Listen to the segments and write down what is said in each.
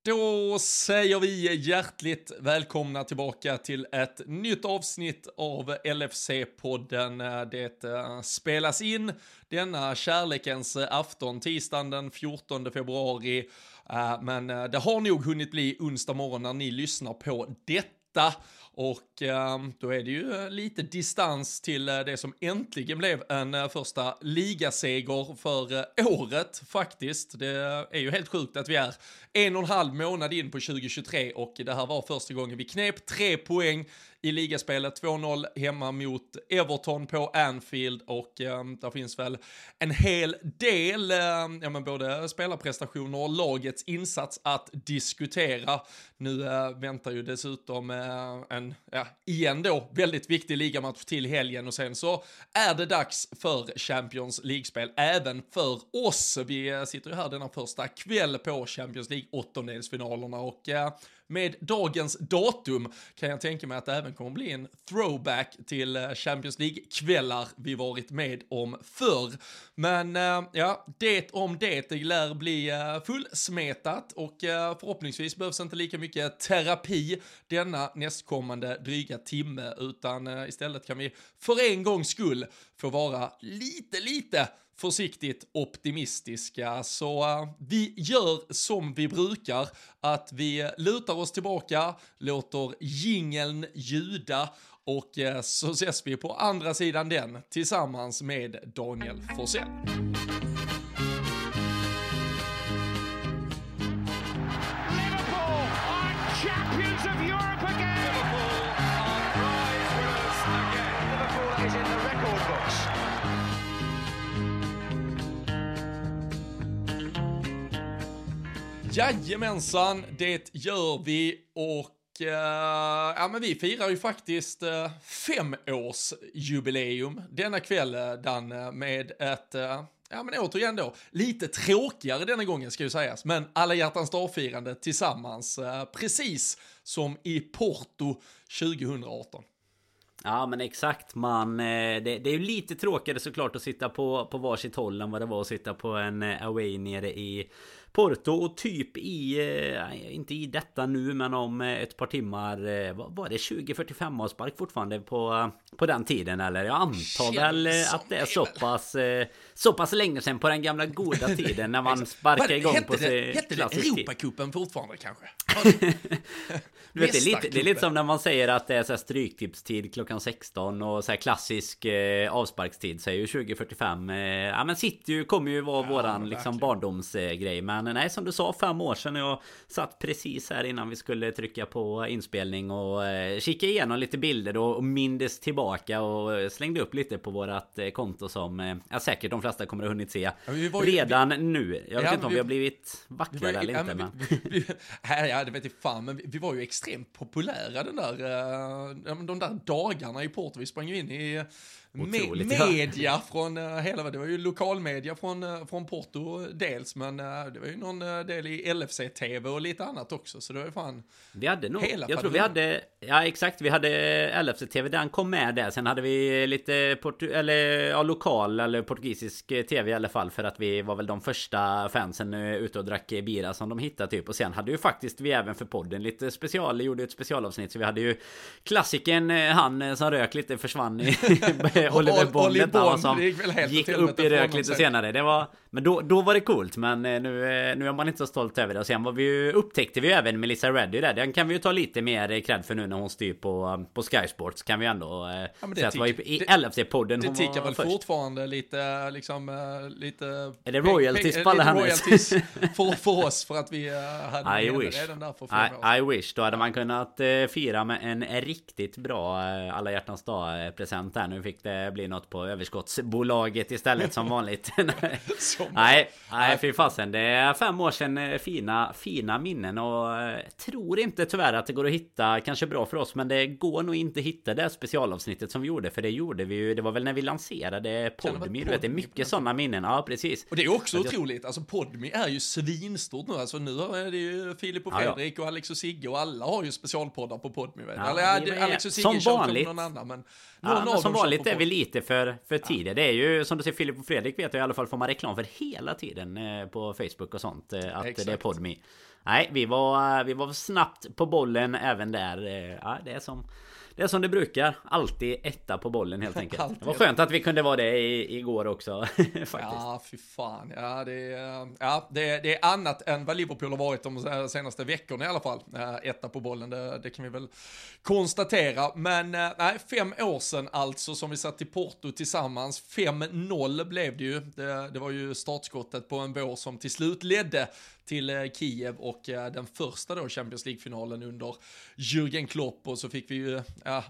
Då säger vi hjärtligt välkomna tillbaka till ett nytt avsnitt av LFC-podden. Det spelas in denna kärlekens afton, tisdagen den 14 februari. Men det har nog hunnit bli onsdag morgon när ni lyssnar på detta. Och då är det ju lite distans till det som äntligen blev en första ligaseger för året faktiskt. Det är ju helt sjukt att vi är 1,5 månad in på 2023 och det här var första gången vi knep 3 poäng i ligaspelet. 2-0 hemma mot Everton på Anfield och där finns väl en hel del både spelarprestationer och lagets insats att diskutera. Nu väntar ju dessutom en igen då väldigt viktig ligamatch till helgen och sen så är det dags för Champions League-spel även för oss. Vi sitter ju här denna första kväll på Champions League åttondelsfinalerna och med dagens datum kan jag tänka mig att det även kommer bli en throwback till Champions League-kvällar vi varit med om förr. Men det om det lär bli fullsmetat och förhoppningsvis behövs inte lika mycket terapi denna nästkommande dryga timme utan istället kan vi för en gångs skull få vara lite försiktigt optimistiska. Så vi gör som vi brukar, att vi lutar oss tillbaka, låter jingeln ljuda och så ses vi på andra sidan den tillsammans med Daniel Forsell. Jajamensan, det gör vi och men vi firar ju faktiskt 5-årsjubileum denna kväll Dan, med ett men återigen då, lite tråkigare denna gången ska ju sägas, men alla hjärtans dag-firande tillsammans, precis som i Porto 2018. Ja men exakt, det är ju lite tråkigare såklart att sitta på varsitt håll än vad det var att sitta på en away nere i Porto och typ inte i detta nu men om ett par timmar var det 20-45 avspark fortfarande på den tiden eller jag antar väl att det är så pass länge sedan på den gamla goda tiden när man sparkar igång på sig. Hette det Europacupen fortfarande kanske? Du vet, det är lite som när man säger att det är så här stryktipstid klockan 16 och så här klassisk avsparkstid så är ju 20:45 men City kommer ju vara våran liksom barndomsgrej men nej som du sa 5 år sedan jag satt precis här innan vi skulle trycka på inspelning och kika igenom lite bilder och mindes tillbaka och slängde upp lite på vårat konto som säkert de flesta kommer att hunnit se redan nu. Jag vet inte om vi har blivit vackrare eller inte men det vet jag fan men vi var ju extremt populära de där dagarna i Porto. Vi sprang in i media från hela, det var ju lokalmedia från Porto dels, men det var ju någon del i LFC-TV och lite annat också, så det var ju fan vi hade nog, jag tror vi hade, ja exakt, vi hade LFC-TV, den kom med där, sen hade vi lite lokal eller portugisisk TV i alla fall, för att vi var väl de första fansen ute och drack bira som de hittade typ, och sen hade ju faktiskt vi även för podden lite gjorde ett specialavsnitt, så vi hade ju klassiken, han som rök lite försvann i Oliver Bond som gick upp i rök lite senare. Det var, men då var det coolt, men nu är man inte så stolt över det. Och sen upptäckte vi även Melissa Reddy där. Den kan vi ju ta lite mer cred för nu när hon styr på Sky Sports, kan vi ändå säga att det var i LFC-podden. Det tickar väl först fortfarande lite liksom lite är det royalties på alla hennes för oss för att vi hade I wish. Den där för I wish. Då hade man kunnat fira med en riktigt bra alla hjärtans dag-present här. Nu fick det bli något på överskottsbolaget istället som vanligt. Nej, fy fasen. Det är 5 år sedan, fina minnen, och tror inte tyvärr att det går att hitta, kanske bra för oss, men det går nog inte att hitta det specialavsnittet som vi gjorde, för det gjorde vi ju, det var väl när vi lanserade Podme, du vet, det är mycket sådana minnen. Ja, precis. Och det är också otroligt, alltså Podme är ju svinstort nu, alltså nu är det ju Filip och Fredrik och Alex och Sigge, och alla har ju specialpoddar på Podme. Alex och Sigge som vanligt. Någon annan, men som vanligt är vi lite för tidigt. Det är ju som du säger, Filip och Fredrik vet jag i alla fall, får man reklam för hela tiden på Facebook och sånt, att Exakt. det är Podme. Nej, vi var snabbt på bollen även där. Ja, det är som det brukar. Alltid etta på bollen helt enkelt. Det var skönt att vi kunde vara det igår också. Faktiskt. Ja, fy fan. Det är annat än vad Liverpool har varit de senaste veckorna i alla fall. Etta på bollen, det kan vi väl konstatera. Men nej, 5 år sedan alltså som vi satt i Porto tillsammans. 5-0 blev det ju. Det var ju startskottet på en vår som till slut ledde till Kiev och den första då Champions League-finalen under Jürgen Klopp, och så fick vi ju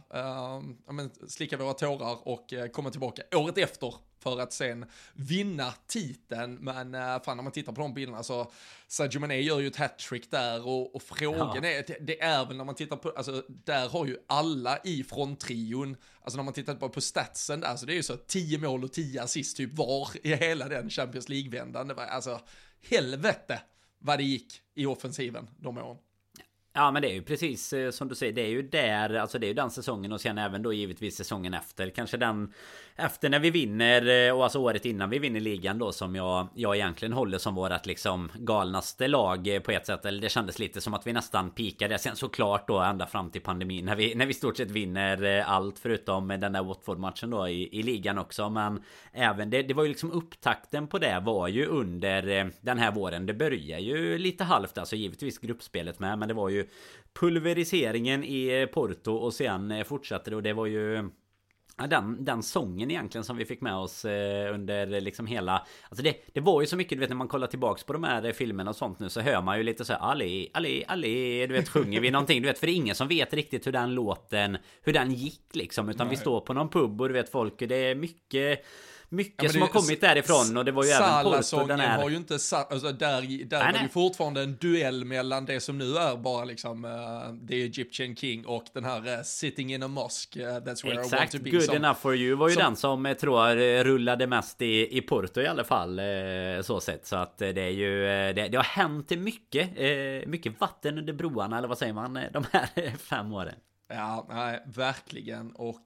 slicka våra tårar och komma tillbaka året efter för att sen vinna titeln. Men fan, när man tittar på de bilderna så Sadio Mané gör ju ett hattrick där, och frågan är, det är väl när man tittar på, alltså där har ju alla i fronttrion, alltså när man tittar på statsen där, så det är ju så 10 mål och 10 assist typ var i hela den Champions League-vändan. Det var alltså helvete vad det gick i offensiven de åren. Ja, men det är ju precis som du säger, det är ju där, alltså det är ju den säsongen och sen även då givetvis säsongen efter, kanske den efter när vi vinner, och alltså året innan vi vinner ligan då, som jag egentligen håller som vårat liksom galnaste lag på ett sätt, eller det kändes lite som att vi nästan pikade sen såklart då ända fram till pandemin när vi stort sett vinner allt förutom den där Watford-matchen då i ligan också. Men även det var ju liksom upptakten på det var ju under den här våren. Det började ju lite halvt, alltså givetvis gruppspelet med, men det var ju pulveriseringen i Porto och sen fortsatte det, och det var ju den sången egentligen som vi fick med oss under liksom hela, alltså det var ju så mycket, du vet när man kollar tillbaks på de här filmerna och sånt nu, så hör man ju lite så här Ali, Ali, Ali, du vet, sjunger vi någonting, du vet, för det är ingen som vet riktigt hur den låten, hur den gick liksom, utan vi står på någon pub och du vet folk, det är mycket som har kommit därifrån, och det var ju även Porto, den här har ju inte alltså där var det ju fortfarande en duell mellan det som nu är bara liksom the Egyptian King och den här Sitting in a Mosque, that's where I want to be. Good enough for you var ju den som jag tror rullade mest i Porto i alla fall, så sett. Så att det är ju det har hänt mycket vatten under broarna, eller vad säger man, de här 5 åren. Ja, nej, verkligen. Och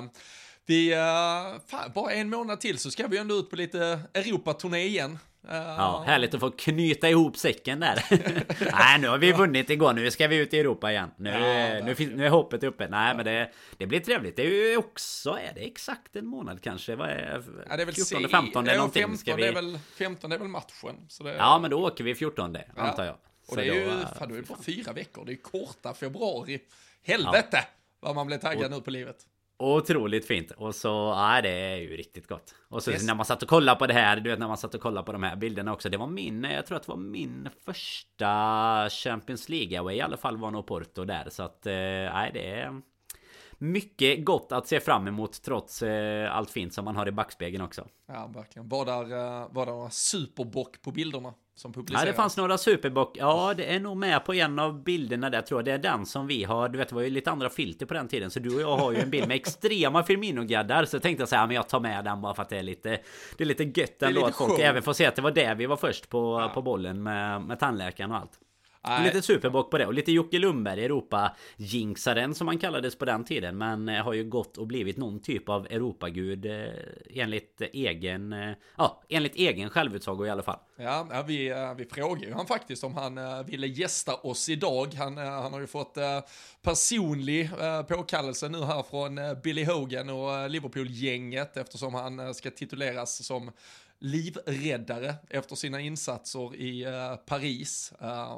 bara en månad till så ska vi ändå ut på lite Europa-turné igen. Ja, härligt att få knyta ihop säcken där. Nej, nu har vi vunnit igår, nu ska vi ut i Europa igen. Nu är hoppet uppe. Nej, men det blir trevligt. Det är ju också, är det exakt en månad kanske? Vad är det är väl 14, 15 eller någonting? 15, ska vi... det är väl 15 är väl matchen. Så det... Ja, men då åker vi 14, antar jag. Och det är ju då är det bara 4 veckor. Det är korta februari. Helvete vad man blir taggad nu på livet. Otroligt fint. Och så, det är ju riktigt gott. Och så när man satt och kollade på det här, du vet, när man satt och kollade på de här bilderna också, det var jag tror att det var min första Champions League away, i alla fall var nog Porto där. Så att, det är mycket gott att se fram emot trots allt fint som man har i backspegeln också. Ja, verkligen. Var där några superbock på bilderna som publicerades? Ja, det fanns några superbock. Ja, det är nog med på en av bilderna där, tror jag. Det är den som vi har, du vet, det var ju lite andra filter på den tiden, så du och jag har ju en bild med extrema Firmino-gaddar, så jag tänkte säga, men jag tar med den bara för att det är lite gött ändå att folk även får se att det var där vi var först på bollen med tandläkaren och allt. Lite superbock på det, och lite Jocke Lundberg, Europa-jinxaren som man kallades på den tiden, men har ju gått och blivit någon typ av Europagud enligt egen självutsago i alla fall. Ja, vi frågade ju han faktiskt om han ville gästa oss idag. Han har ju fått personlig påkallelse nu här från Billy Hogan och Liverpool-gänget, eftersom han ska tituleras som livräddare efter sina insatser i Paris.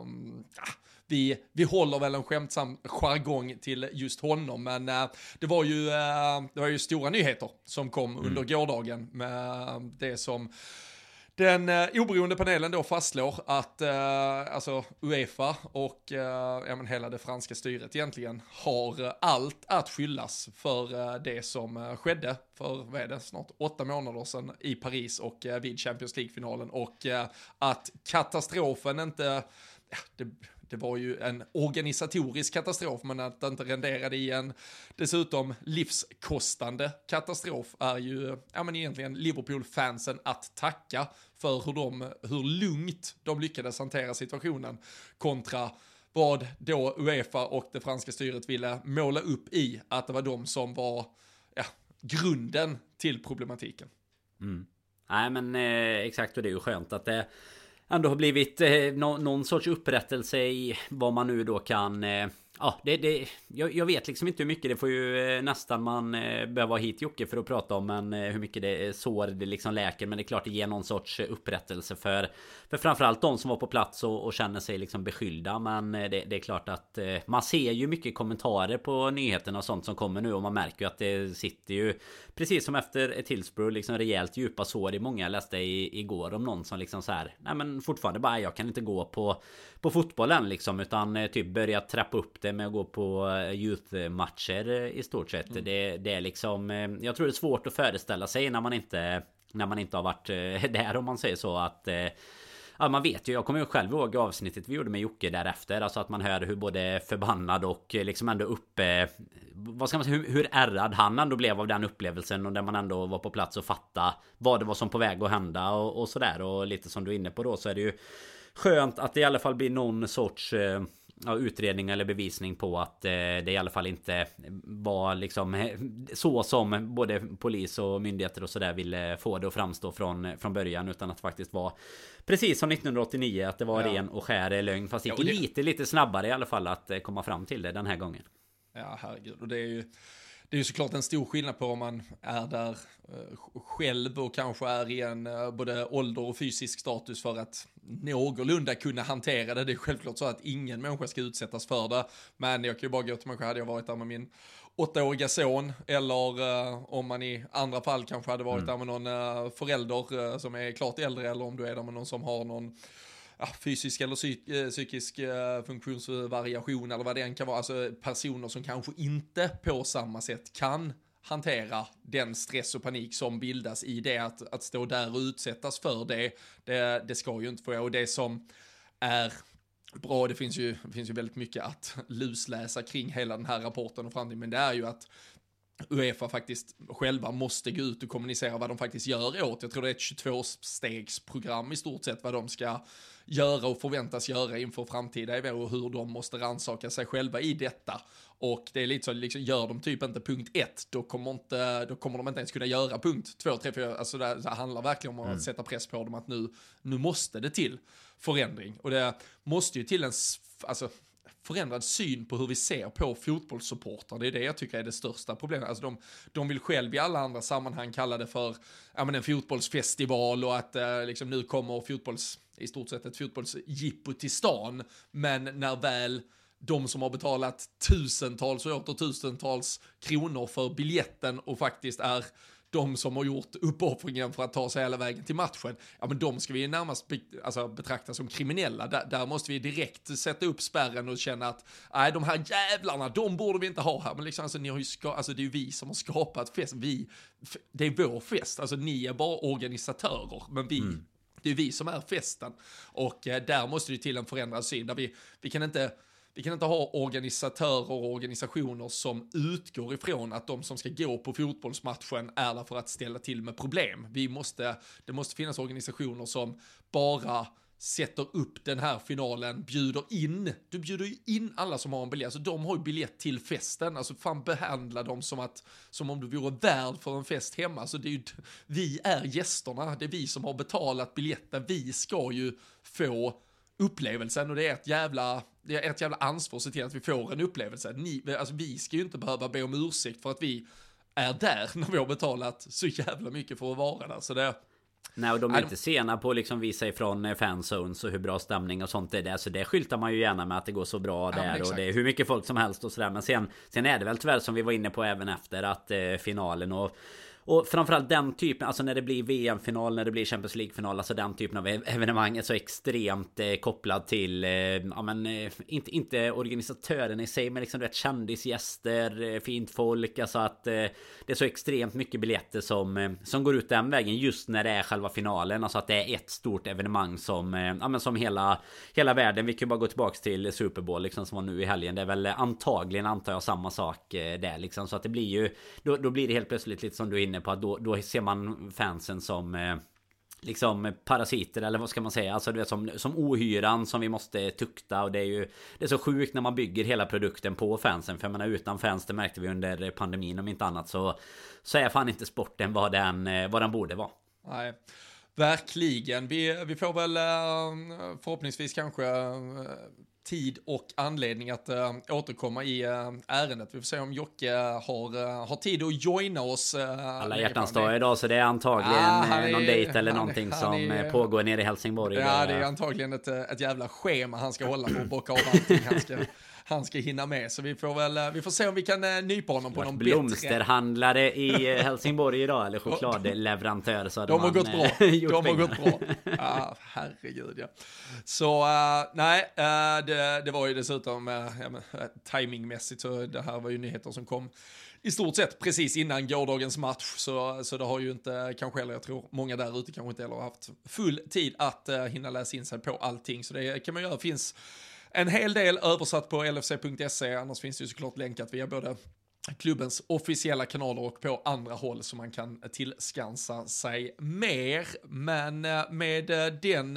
Vi håller väl en skämtsam jargong till just honom, men det var ju stora nyheter som kom under gårdagen med det som den oberoende panelen då fastslår att alltså UEFA och hela det franska styret egentligen har allt att skyllas för det som skedde för snart 8 månader sedan i Paris och vid Champions League-finalen, och att katastrofen inte... Det var ju en organisatorisk katastrof, men att det inte renderade i en dessutom livskostande katastrof är ju egentligen Liverpool-fansen att tacka för hur lugnt de lyckades hantera situationen kontra vad då UEFA och det franska styret ville måla upp i att det var de som var grunden till problematiken. Nej men exakt, och det är ju skönt att det ändå har blivit någon sorts upprättelse i vad man nu då kan... jag vet liksom inte hur mycket, det får ju nästan man behöva ha hit Jocke för att prata om, men hur mycket det är sår det liksom läker, men det är klart det ger någon sorts upprättelse för framförallt de som var på plats och känner sig liksom beskyllda. Men det är klart att man ser ju mycket kommentarer på nyheterna och sånt som kommer nu, och man märker ju att det sitter ju precis som efter ett Hillsborough liksom rejält djupa sår i många. Jag läste igår om någon som liksom så här, nej men fortfarande bara, jag kan inte gå på fotbollen liksom, utan typ börja trappa upp det med att gå på youth-matcher i stort sett. Det är liksom, jag tror det är svårt att föreställa sig när man inte har varit där, om man säger så, att ja, man vet ju, jag kommer ju själv ihåg avsnittet vi gjorde med Jocke därefter, alltså att man hör hur både förbannad och liksom ändå uppe, vad ska man säga, hur ärrad han ändå blev av den upplevelsen, och där man ändå var på plats och fatta vad det var som på väg att hända och sådär. Och lite som du är inne på då, så är det ju skönt att det i alla fall blir någon sorts utredning eller bevisning på att det i alla fall inte var liksom så som både polis och myndigheter och sådär ville få det att framstå från början, utan att faktiskt vara precis som 1989, att det var ren och skär lögn, fast gick lite snabbare i alla fall att komma fram till det den här gången. Ja, herregud. Och det är ju såklart en stor skillnad på om man är där själv och kanske är i en både ålder och fysisk status för att någorlunda kunna hantera det. Det är självklart så att ingen människa ska utsättas för det. Men jag kan ju bara gå till mig själv, hade jag varit där med min 8-åriga son, eller om man i andra fall kanske hade varit där med någon förälder som är klart äldre, eller om du är där med någon som har någon fysisk eller psykisk funktionsvariation eller vad det än kan vara. Alltså personer som kanske inte på samma sätt kan hantera den stress och panik som bildas i det, att stå där och utsättas för det ska ju inte få. Och det som är bra, det finns ju väldigt mycket att lusläsa kring hela den här rapporten och framtiden, men det är ju att UEFA faktiskt själva måste gå ut och kommunicera vad de faktiskt gör åt. Jag tror det är ett 22-stegsprogram i stort sett vad de ska göra och förväntas göra inför framtida EV, och hur de måste rannsaka sig själva i detta. Och det är lite så, liksom, gör de typ inte punkt 1, då kommer de inte ens kunna göra punkt 2, 3, 4. Alltså det handlar verkligen om att sätta press på dem, att nu måste det till förändring. Och det måste ju till en förändrad syn på hur vi ser på fotbollssupportrar. Det är det jag tycker är det största problemet. Alltså de vill själv i alla andra sammanhang kalla det för en fotbollsfestival, och att liksom nu kommer i stort sett ett fotbollsjippo till stan. Men när väl de som har betalat tusentals och åter tusentals kronor för biljetten och faktiskt är de som har gjort uppoffringen för att ta sig hela vägen till matchen, men de ska vi närmast betrakta som kriminella. Där måste vi direkt sätta upp spärren och känna att de här jävlarna, de borde vi inte ha här. Men liksom, ni har ju det är ju vi som har skapat fest. Det är vår fest. Alltså ni är bara organisatörer, men det är vi som är festen. Och där måste det till en förändrad syn, där vi kan inte ha organisatörer och organisationer som utgår ifrån att de som ska gå på fotbollsmatchen är där för att ställa till med problem. Det måste finnas organisationer som bara sätter upp den här finalen, du bjuder ju in alla som har en biljett. Alltså de har ju biljett till festen. Alltså fan, behandla dem som om du vore värd för en fest hemma. Alltså vi är gästerna, det är vi som har betalat biljetten. Vi ska ju få upplevelsen, och det är ett jävla ansvar att se till att vi får en upplevelse. Vi ska ju inte behöva be om ursäkt för att vi är där när vi har betalat så jävla mycket för att vara där. Så det... Nej, och de är inte sena på att liksom visa ifrån fanzones och hur bra stämning och sånt är det. Så det skyltar man ju gärna med, att det går så bra där, och det är hur mycket folk som helst och sådär. Men sen är det väl tyvärr, som vi var inne på även efter, att finalen och framförallt den typen, alltså när det blir VM-final, när det blir Champions League-final, alltså den typen av evenemang är så extremt kopplad till inte organisatören i sig, men liksom rätt kändisgäster, fint folk, alltså att det är så extremt mycket biljetter som går ut den vägen just när det är själva finalen, alltså att det är ett stort evenemang som hela världen. Vi kan ju bara gå tillbaks till Super Bowl liksom, som var nu i helgen. Det är väl antagligen, antar jag, samma sak där liksom, så att det blir ju då blir det helt plötsligt lite som du är inne på, att då ser man fansen som liksom parasiter, eller vad ska man säga, alltså du vet, som ohyran som vi måste tukta. Och det är så sjukt när man bygger hela produkten på fansen. För jag menar, utan fans, det märkte vi under pandemin om inte annat, så är fan inte sporten vad den borde vara. Nej, verkligen. Vi får väl förhoppningsvis kanske tid och anledning att återkomma i ärendet. Vi får se om Jocke har tid att joina oss. Alla hjärtans dag idag, så det är antagligen någon dejt eller någonting som pågår nere i Helsingborg. Ja, det är antagligen ett jävla schema han ska hålla på och bocka av allting han ska hinna med. Så vi får se om vi kan nypa honom på någon bättre. Blomsterhandlare i Helsingborg idag, eller chokladleverantör, så de har gått bra. De har gått bra. Ja, herregud, ja. Så nej, det var ju dessutom timingmässigt, så det här var ju nyheter som kom i stort sett precis innan gårdagens match, så det har ju inte, kanske heller, jag tror många där ute kanske inte heller har haft full tid att hinna läsa in sig på allting, så det kan man göra. Finns en hel del översatt på lfc.se, annars finns det ju såklart länkat via både klubbens officiella kanaler och på andra håll, så man kan tillskansa sig mer. Men med den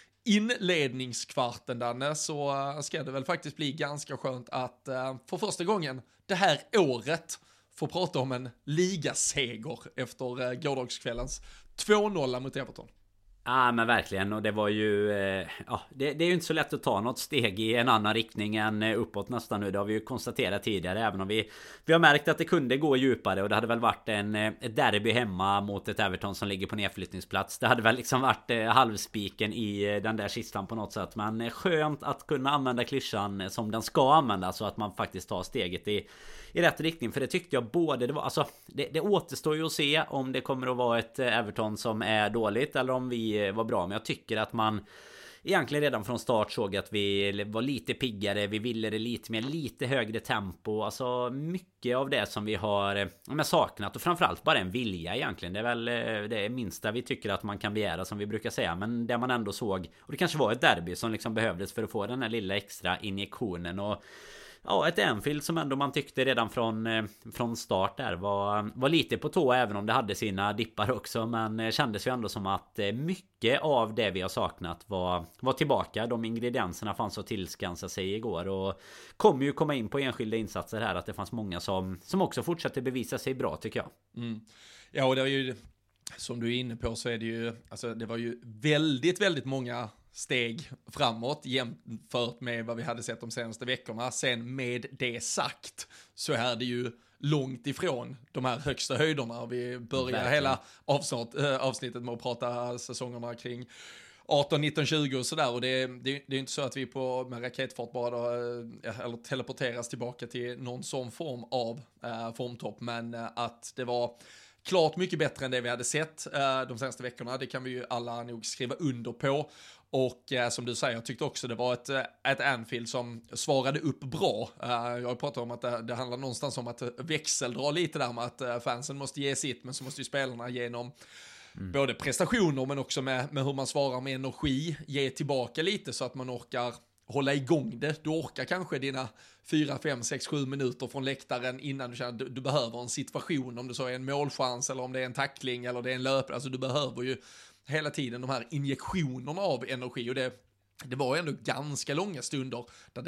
inledningskvarten, Danne, så ska det väl faktiskt bli ganska skönt att för första gången det här året få prata om en ligaseger efter gårdagskvällens 2-0 mot Everton. Ja, men verkligen, och det var ju det är ju inte så lätt att ta något steg i en annan riktning än uppåt nästan nu. Det har vi ju konstaterat tidigare, även om vi har märkt att det kunde gå djupare, och det hade väl varit ett derby hemma mot ett Everton som ligger på nedflyttningsplats. Det hade väl liksom varit halvspiken i den där kistan på något sätt, men skönt att kunna använda klyschan som den ska användas, så att man faktiskt tar steget i rätt riktning. För det tyckte jag både, det återstår ju att se om det kommer att vara ett Everton som är dåligt eller om vi var bra, men jag tycker att man egentligen redan från start såg att vi var lite piggare, vi ville det lite mer, lite högre tempo, alltså mycket av det som vi har saknat, och framförallt bara en vilja egentligen. Det är väl det minsta vi tycker att man kan begära, som vi brukar säga, men det man ändå såg, och det kanske var ett derby som liksom behövdes för att få den här lilla extra injektionen. Och ja, ett Anfield som ändå man tyckte redan från start där var lite på tå, även om det hade sina dippar också. Men kändes ju ändå som att mycket av det vi har saknat var tillbaka. De ingredienserna fanns att tillskansa sig igår, och kommer ju komma in på enskilda insatser här, att det fanns många som också fortsätter bevisa sig bra, tycker jag. Ja, och det är ju, som du är inne på, så är det ju, alltså det var ju väldigt, väldigt många steg framåt jämfört med vad vi hade sett de senaste veckorna. Sen med det sagt så är det ju långt ifrån de här högsta höjderna. Vi börjar hela avsnittet med att prata säsongerna kring 18, 19, 20 och sådär, och det är inte så att vi med raketfart bara eller teleporteras tillbaka till någon sån form av formtopp, men att det var klart mycket bättre än det vi hade sett de senaste veckorna. Det kan vi ju alla nog skriva under på. Och som du säger, jag tyckte också det var ett Anfield som svarade upp bra. Jag har pratat om att det handlar någonstans om att växeldra lite där, med att fansen måste ge sitt, men så måste ju spelarna genom både prestationer men också med hur man svarar med energi ge tillbaka lite, så att man orkar hålla igång det. Du orkar kanske dina 4, 5, 6, 7 minuter från läktaren innan du känner att du behöver en situation, om det så är en målchans eller om det är en tackling eller det är en löp. Alltså du behöver ju hela tiden de här injektionerna av energi, och det var ändå ganska långa stunder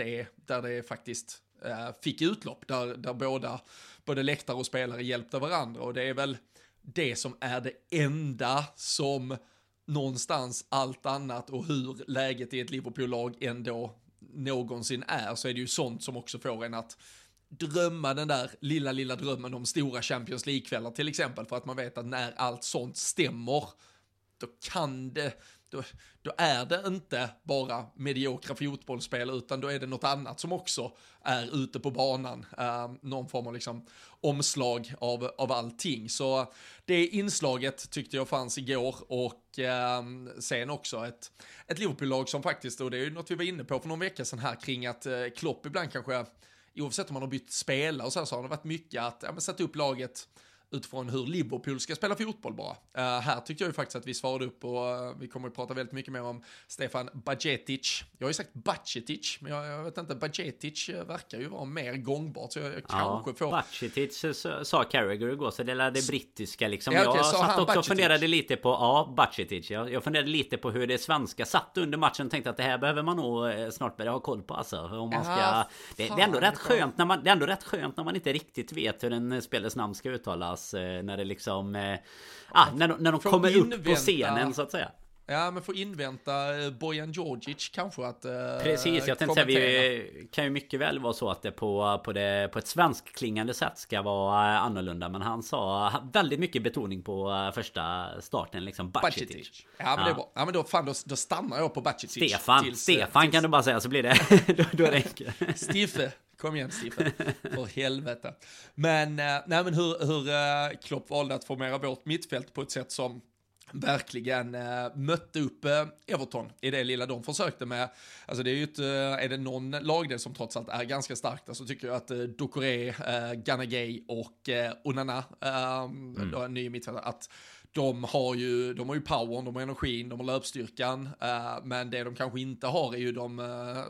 där det faktiskt fick utlopp, där både läktare och spelare hjälpte varandra, och det är väl det som är det enda som någonstans allt annat, och hur läget i ett Liverpool-lag ändå någonsin är, så är det ju sånt som också får en att drömma den där lilla drömmen om stora Champions League-kvällar till exempel, för att man vet att när allt sånt stämmer, då är det inte bara mediokra fotbollsspel, utan då är det något annat som också är ute på banan. Någon form av liksom omslag av allting. Så det inslaget tyckte jag fanns igår, och sen också ett Liverpool-lag som faktiskt, och det är ju något vi var inne på för någon vecka sedan här, kring att Klopp ibland kanske, oavsett om man har bytt spelare och så har det varit mycket att sätta upp laget utifrån hur Liverpool ska spela fotboll bara. Här tyckte jag ju faktiskt att vi svarade upp och vi kommer att prata väldigt mycket mer om Stefan Bajcetic. Jag har ju sagt Bajcetic, men jag vet inte, Bajcetic verkar ju vara mer gångbart, så jag kanske får... Bajcetic sa Carragher igår, så det är det brittiska liksom. Ja, jag satt också och funderade lite på, Bajcetic. Jag funderade lite på hur det svenska satt under matchen och tänkte att det här behöver man nog snart börja ha koll på, alltså. Om man ska... Det är ändå rätt skönt när man inte riktigt vet hur en spelares namn ska uttalas, när det liksom när de kommer upp på scenen, så att säga. Ja, men får invänta Bojan Djordjic kanske att precis, jag tänkte säga, vi kan ju mycket väl vara så att det på ett svenskklingande sätt ska vara annorlunda, men han sa väldigt mycket betoning på första starten liksom, Bajcetic. Ja, men det är bra. Ja, men då stannar jag på Bajcetic. Stefan kan du bara säga, så blir det då är det enkelt. Stiffe. Kom igen, Stefan. För helvete. Men, men hur Klopp valde att formera vårt mittfält på ett sätt som verkligen mötte upp Everton i det lilla de försökte med. Alltså det är ju är det någon lagdel som trots allt är ganska starkt, så tycker jag att Doucouré, Gana Gueye och Onana, då är ny mittfältare, att de har ju powern, de har energin, de har löpstyrkan, men det de kanske inte har är ju de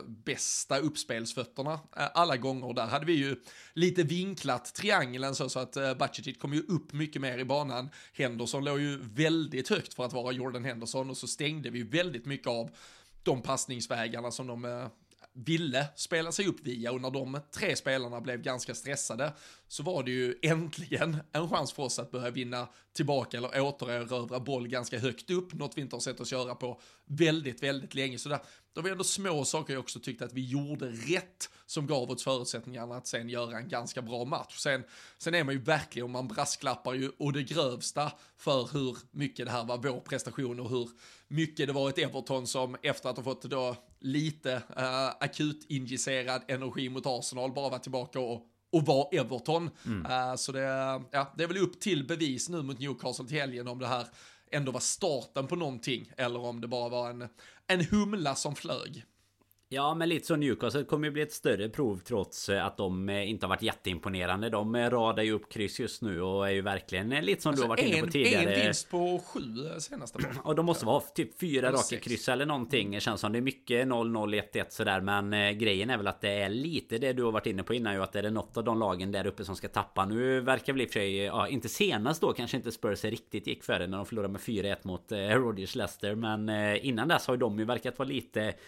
bästa uppspelsfötterna alla gånger. Där hade vi ju lite vinklat triangeln så att Bajcetic kom ju upp mycket mer i banan. Henderson låg ju väldigt högt för att vara Jordan Henderson, och så stängde vi väldigt mycket av de passningsvägarna som de ville spela sig upp via, och när de 3 spelarna blev ganska stressade så var det ju äntligen en chans för oss att börja vinna tillbaka eller återerövra boll ganska högt upp, något vi inte har sett oss göra på väldigt, väldigt länge. Så där var ändå små saker jag också tyckte att vi gjorde rätt som gav oss förutsättningarna att sen göra en ganska bra match. Sen är man ju verkligen, och man brasklappar ju och det grövsta för hur mycket det här var vår prestation och hur mycket det var ett Everton som efter att ha fått då lite akut injicerad energi mot Arsenal bara var tillbaka och var Everton. Så det är väl upp till bevis nu mot Newcastle till helgen om det här ändå var starten på någonting eller om det bara var en humla som flög. Ja, men lite så. Newcastle kommer ju bli ett större prov trots att de inte har varit jätteimponerande. De radar ju upp kryss just nu och är ju verkligen lite som du har varit inne på tidigare. En vinst på 7 senaste gången. Och de måste vara typ 4 raka kryss eller någonting. Det känns som det är mycket 0-0, 1-1 sådär. Men grejen är väl att det är lite det du har varit inne på innan ju, att det är något av de lagen där uppe som ska tappa. Nu verkar väl i och för sig, inte senast då kanske inte Spurs riktigt gick före när de förlorade med 4-1 mot Rodgers Leicester. Men innan dess har ju de ju verkat vara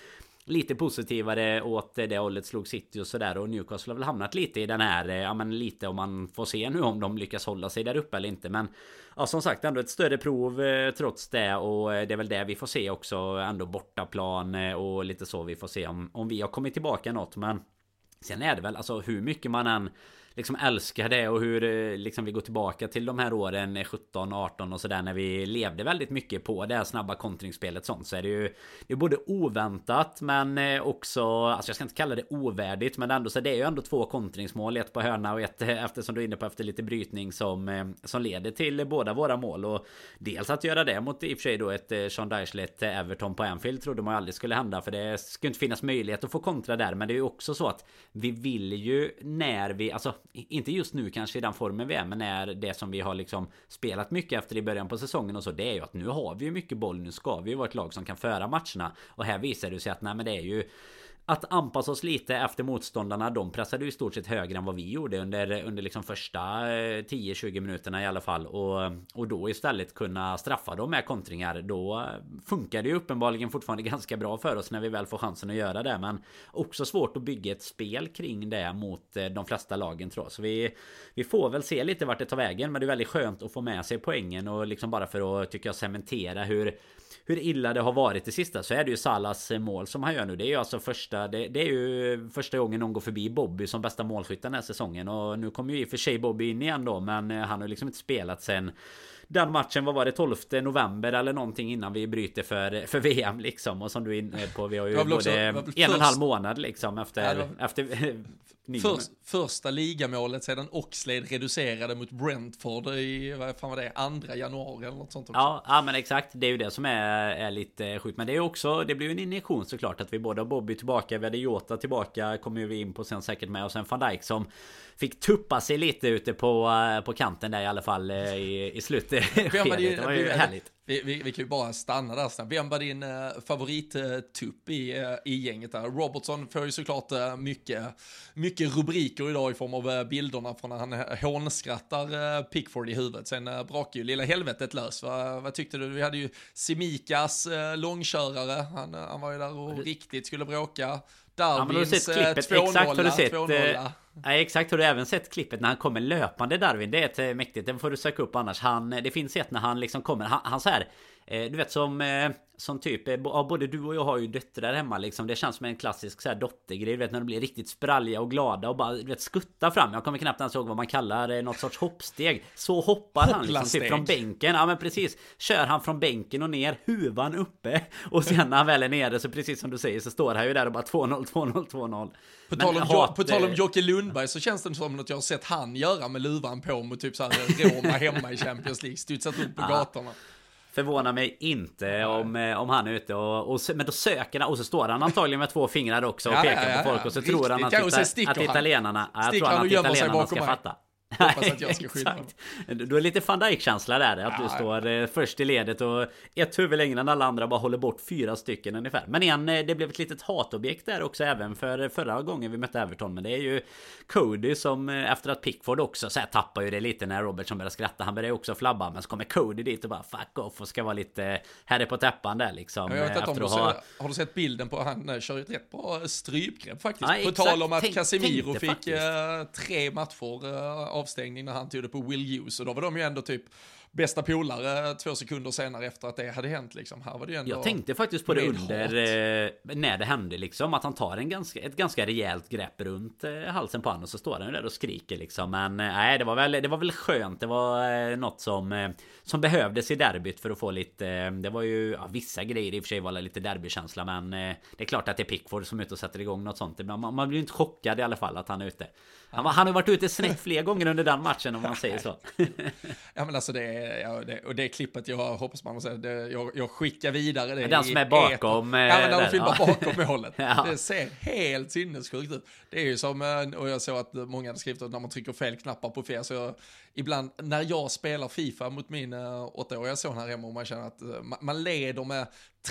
lite positivare åt det hållet, slog City och sådär, och Newcastle har väl hamnat lite i den här, lite, om man får se nu om de lyckas hålla sig där uppe eller inte, men som sagt ändå ett större prov trots det, och det är väl det vi får se också, ändå bortaplan och lite så, vi får se om vi har kommit tillbaka något, men sen är det väl, alltså hur mycket man än liksom älskar det och hur liksom vi går tillbaka till de här åren 17, 18 och sådär, när vi levde väldigt mycket på det här snabba kontringsspelet sånt, så är det är både oväntat men också, alltså jag ska inte kalla det ovärdigt, men ändå så det är ju ändå 2 kontringsmål, ett på hörna och ett eftersom du är inne på efter lite brytning som leder till båda våra mål, och dels att göra det mot i och för sig då ett Sean Dyche-lett Everton på Anfield trodde man ju aldrig skulle hända, för det skulle inte finnas möjlighet att få kontra där, men det är ju också så att vi vill ju när vi, alltså inte just nu kanske i den formen vi är, men när det som vi har liksom spelat mycket efter i början på säsongen och så, det är ju att nu har vi ju mycket boll, nu ska vi ju vara ett lag som kan föra matcherna, och här visar det sig att nej, men det är ju att anpassa oss lite efter motståndarna. De pressade ju i stort sett högre än vad vi gjorde under liksom första 10-20 minuterna i alla fall, och då istället kunna straffa dem med kontringar. Då funkar det ju uppenbarligen fortfarande ganska bra för oss när vi väl får chansen att göra det, men också svårt att bygga ett spel kring det mot de flesta lagen, tror jag. Så vi får väl se lite vart det tar vägen, men det är väldigt skönt att få med sig poängen, och liksom bara för att, tycker jag, cementera hur illa det har varit det sista, så är det ju Salas mål som han gör nu. Det är ju alltså det är ju första gången någon går förbi Bobby som bästa målskytt den här säsongen, och nu kommer ju i och för sig Bobby in igen då, men han har liksom inte spelat sen den matchen, vad var det, 12 november eller någonting innan vi bryter för VM liksom. Och som du är inne på, vi har ju både 1,5 månad liksom efter första ligamålet sedan Oxlade reducerade mot Brentford i, vad fan var det, 2 januari eller något sånt också. Ja, men exakt, det är ju det som är lite sjukt. Men det är också, det blir ju en injektion såklart, att vi både har Bobby tillbaka, vi hade Jota tillbaka, kommer vi in på sen säkert med, och sen Van Dijk som fick tuppa sig lite ute på kanten där i alla fall i slutet. Det var ju härligt. Vi kan ju bara stanna där snabbt. Vem var din favorittupp i gänget där? Robertson får ju såklart mycket rubriker idag i form av bilderna från när han hånskrattar Pickford i huvudet. Sen brakar ju lilla helvetet lös. Vad tyckte du? Vi hade ju Simikas långkörare. Han var ju där och riktigt skulle bråka. Darwins 2-0. Ja, exakt, har du även sett klippet när han kommer löpande, Darwin? Det är ett mäktigt, den får du söka upp annars. Det finns ett när han liksom kommer, han så här, du vet som typ, både du och jag har ju döttrar hemma liksom. Det känns som en klassisk så här dottergrej, du vet, när de blir riktigt spralliga och glada och bara, du vet, skutta fram. Jag kommer knappt ens ihåg vad man kallar något sorts hoppsteg. Så hoppar han liksom typ från bänken. Ja, men precis, kör han från bänken och ner, huvan uppe. Och sen när han väl är nere, så precis som du säger, så står han ju där och bara 2-0. På tal om Jocke Lundberg, så känns det som att jag har sett han göra med luvan på mot typ så här Roma hemma i Champions League, studsat upp på gatorna. Förvånar mig inte om han är ute men då söker han, och så står han antagligen med 2 fingrar också och pekar på folk, och så tror han att italienarna, jag tror han att italienarna ska fatta. Hoppas att jag ska skydda honom. Du är lite Van Dijk-känsla där, att du står först i ledet och ett huvud längre än alla andra bara håller bort 4 stycken ungefär. Men det blev ett litet hatobjekt där också, även för förra gången vi mötte Everton. Men det är ju Cody som, efter att Pickford också så här, tappar ju det lite när Robertson börjar skratta. Han börjar också flabba, men så kommer Cody dit och bara fuck off och ska vara lite här på täppan där liksom. Jag vet inte har du sett bilden på, han kör ju ett rätt bra strypgrepp faktiskt. På tal om att Casemiro fick 3 matcher avstängning när han tog det på Will Hughes, och då var de ju ändå typ bästa polare 2 sekunder senare efter att det hade hänt liksom. Här var det ju ändå, jag tänkte faktiskt på det under när det hände liksom, att han tar ett ganska rejält grepp runt halsen på han, och så står han där och skriker liksom. Men nej, det var väl skönt. Det var något som behövdes i derbyt för att få lite, det var ju vissa grejer i och för sig var lite derbykänsla, men det är klart att det är Pickford som är ute och sätter igång något sånt. Man blir ju inte chockad i alla fall att han är ute. Han har varit ute snett fler gånger under den matchen, om man säger så. Ja, men alltså det klippet, jag hoppas man säger, jag skickar vidare det. Den som är bakom. Ja, men när de filmar bakom målet. Ja. Det ser helt sinnessjukt ut. Det är ju som, och jag såg att många hade skrivit att när man trycker fel knappar på fel, så ibland när jag spelar FIFA mot min 8-åriga son här hemma, och man känner att man leder med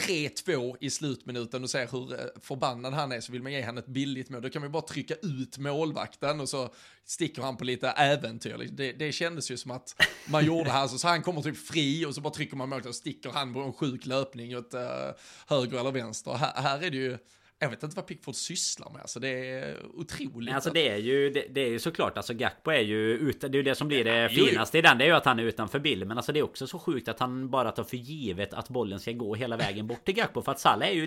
3-2 i slutminuten och ser hur förbannad han är, så vill man ge han ett billigt mål. Då kan man bara trycka ut målvakten och så sticker han på lite äventyr. Det kändes ju som att man gjorde här, så han kommer typ fri och så bara trycker man målet och sticker han på en sjuk löpning åt höger eller vänster. Här är det ju, jag vet inte vad Pickford sysslar med, alltså det är otroligt. Alltså det är ju såklart, alltså Gakpo är ju ute, det är ju det som blir det finaste i den, det är ju att han är utanför bilden, men alltså det är också så sjukt att han bara tar för givet att bollen ska gå hela vägen bort till Gakpo, för att Salah är ju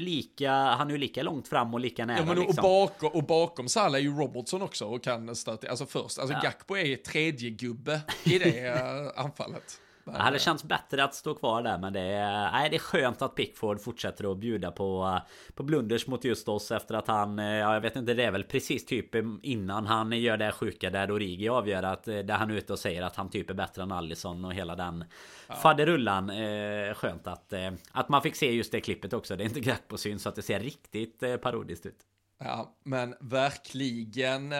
lika långt fram och lika nära. Ja, men liksom. och bakom Salah är ju Robertson också och kan stöta, alltså först, alltså Gakpo är tredje gubbe i det anfallet. Det hade känts bättre att stå kvar där, men det är skönt att Pickford fortsätter att bjuda på blunders mot just oss, efter att han, jag vet inte, det är väl precis typ innan han gör det sjuka där Origi avgör, att där han är ute och säger att han typ är bättre än Alisson och hela den faderullan. Skönt att man fick se just det klippet också. Det är inte grätt på syn, så att det ser riktigt parodiskt ut. Ja, men verkligen.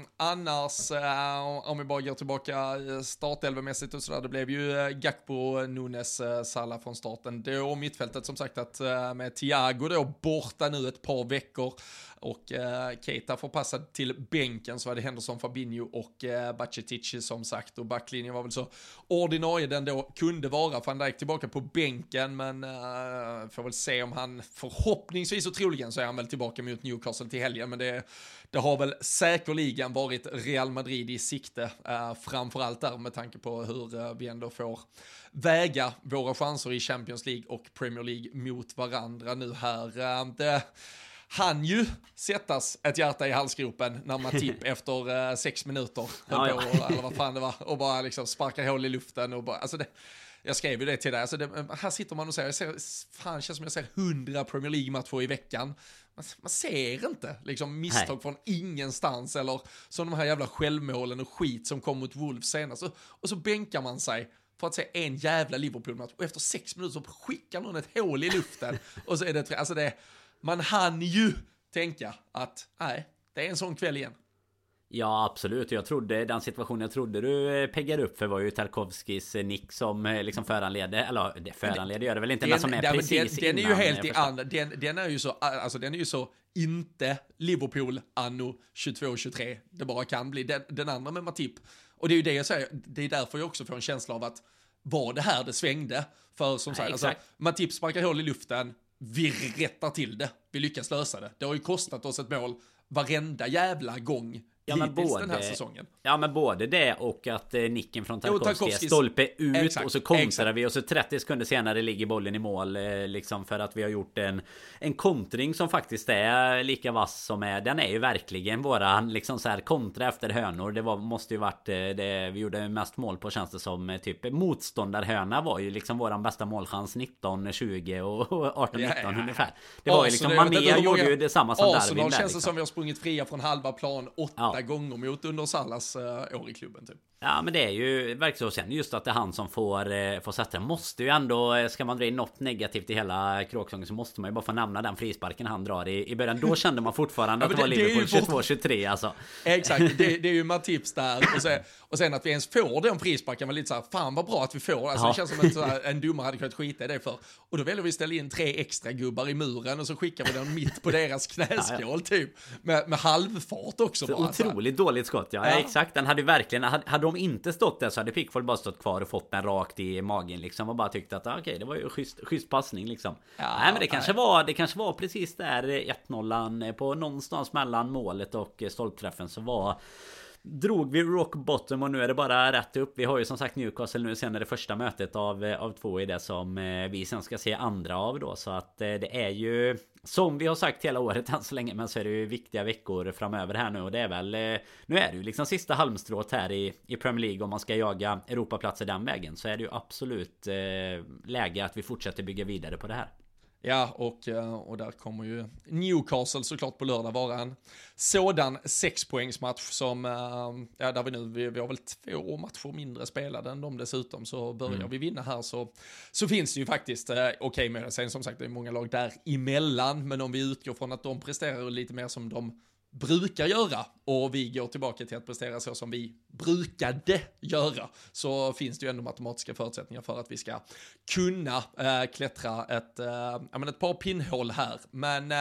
Annars, om vi bara går tillbaka startelvemässigt och sådär, det blev ju Gakpo, Nunes, Salah från starten. Då mittfältet som sagt att med Thiago då borta nu ett par veckor och Keita får passa till bänken, så var det Henderson, Fabinho och Bajcetic som sagt, och backlinjen var väl så ordinarie den då kunde vara. Van Dijk tillbaka på bänken, men får väl se om han, förhoppningsvis och troligen så är han väl tillbaka mot Newcastle till helgen, men det har väl säkerligen varit Real Madrid i sikte, framförallt där med tanke på hur vi ändå får väga våra chanser i Champions League och Premier League mot varandra nu här. Han ju sättas ett hjärta i halsgropen när Matip efter 6 minuter eller vad fan det var, och bara liksom sparkar hål i luften och bara, alltså jag skrev ju det till dig, alltså här sitter man och säger, fan känns som jag ser 100 Premier League-matcher i veckan. Man ser inte liksom misstag från ingenstans, eller som de här jävla självmålen och skit som kom mot Wolves senast. Och så bänkar man sig för att se en jävla Liverpool-match, och efter 6 minuter så skickar någon ett hål i luften och så är det, alltså man hann ju tänka att nej, det är en sån kväll igen. Ja, absolut. Jag trodde den situationen jag trodde du peggade upp för var ju Tarkovskis nick som liksom föranledde, eller det föranledde gör det väl inte, men som är precis den är innan, ju helt i andra, den är ju så, alltså den är ju så inte Liverpool anno 22-23 det bara kan bli, den andra med Matip, och det är ju det jag säger, det är därför jag också får en känsla av att var det här det svängde, för som sagt, alltså, Matip sparkar hål i luften, vi rättar till det, vi lyckas lösa det, det har ju kostat oss ett mål varenda jävla gång hittills den här säsongen. Ja, men både det och att nicken från Tarkovskij stolpe ut, och så kontrar vi, och så 30 sekunder senare ligger bollen i mål liksom, för att vi har gjort en kontring som faktiskt är lika vass som den är ju verkligen våran liksom så här kontra efter hörnor. Det måste ju varit det vi gjorde mest mål på, känns det som. Typ motståndarhörna var ju liksom våran bästa målchans 19-20 och 18-19 ungefär. Det var ju liksom, Mané gjorde ju detsamma som Darwin där. Känns det liksom som vi har sprungit fria från halva plan 8 gånger mot under Salas år i klubben typ. Ja, men det är ju verkligen så. Sen just att det är han som får sätta det, måste ju ändå, ska man dra in något negativt i hela kråksången, så måste man ju bara få nämna den frisparken han drar i början. Då kände man fortfarande att det var Liverpool 22-23 alltså. Exakt, det är ju Matips där, och sen att vi ens får den frisparken var lite så här, fan vad bra att vi får, alltså det känns som att en domare hade kunnat skita i det för, och då väljer vi ställa in 3 extra gubbar i muren och så skickar vi den mitt på deras knäskål typ, med halvfart också bara, otroligt dåligt skott, ja, exakt. Den hade ju verkligen, hade de inte stått där så hade Pickford bara stått kvar och fått den rakt i magen liksom, och bara tyckt att okej, det var ju schysst passning liksom. Nej, men det kanske var precis där 1-0 på någonstans mellan målet och stolpträffen, så drog vi rock bottom, och nu är det bara rätt upp. Vi har ju som sagt Newcastle nu senare, det första mötet av 2 i det som vi sen ska se andra av då, så att det är ju som vi har sagt hela året än så länge, men så är det ju viktiga veckor framöver här nu, och det är väl nu är det ju liksom sista halmstrået här i Premier League. Om man ska jaga Europaplatser den vägen, så är det ju absolut läge att vi fortsätter bygga vidare på det här. Ja, och där kommer ju Newcastle såklart på lördag vara en sådan 6-poängsmatch som, där vi har väl 2 matcher mindre spelade än dem dessutom, så börjar vi vinna här så finns det ju faktiskt okej med det. Sen som sagt, det är många lag där emellan, men om vi utgår från att de presterar lite mer som de brukar göra, och vi går tillbaka till att prestera så som vi brukade göra, så finns det ju ändå matematiska förutsättningar för att vi ska kunna klättra ett par pinnhål här. Men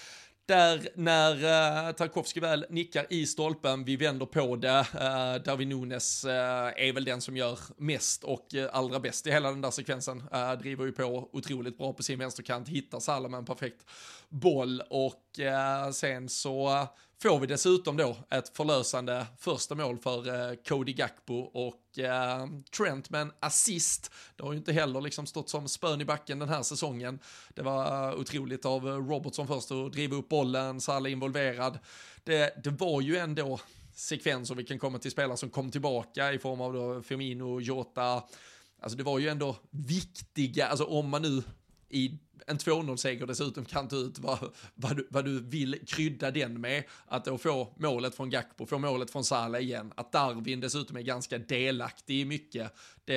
där när Tarkovskij väl nickar i stolpen, vi vänder på det, Darwin Núñez är väl den som gör mest och allra bäst i hela den där sekvensen, driver ju på otroligt bra på sin vänsterkant, hittar Salah med en perfekt boll, och sen så får vi dessutom då ett förlösande första mål för Cody Gakpo, och Trent med en assist. Det har ju inte heller liksom stått som spön i backen den här säsongen. Det var otroligt av Robertson först att driva upp bollen, Salah involverad. Det var ju ändå sekvenser, vi kan komma till spelare som kom tillbaka i form av då Firmino, Jota. Alltså det var ju ändå viktiga, alltså om man nu i en 2-0-seger dessutom kan ta ut vad du vill krydda den med, att då få målet från Gakpo, få målet från Salah igen, att Darwin dessutom är ganska delaktig i mycket,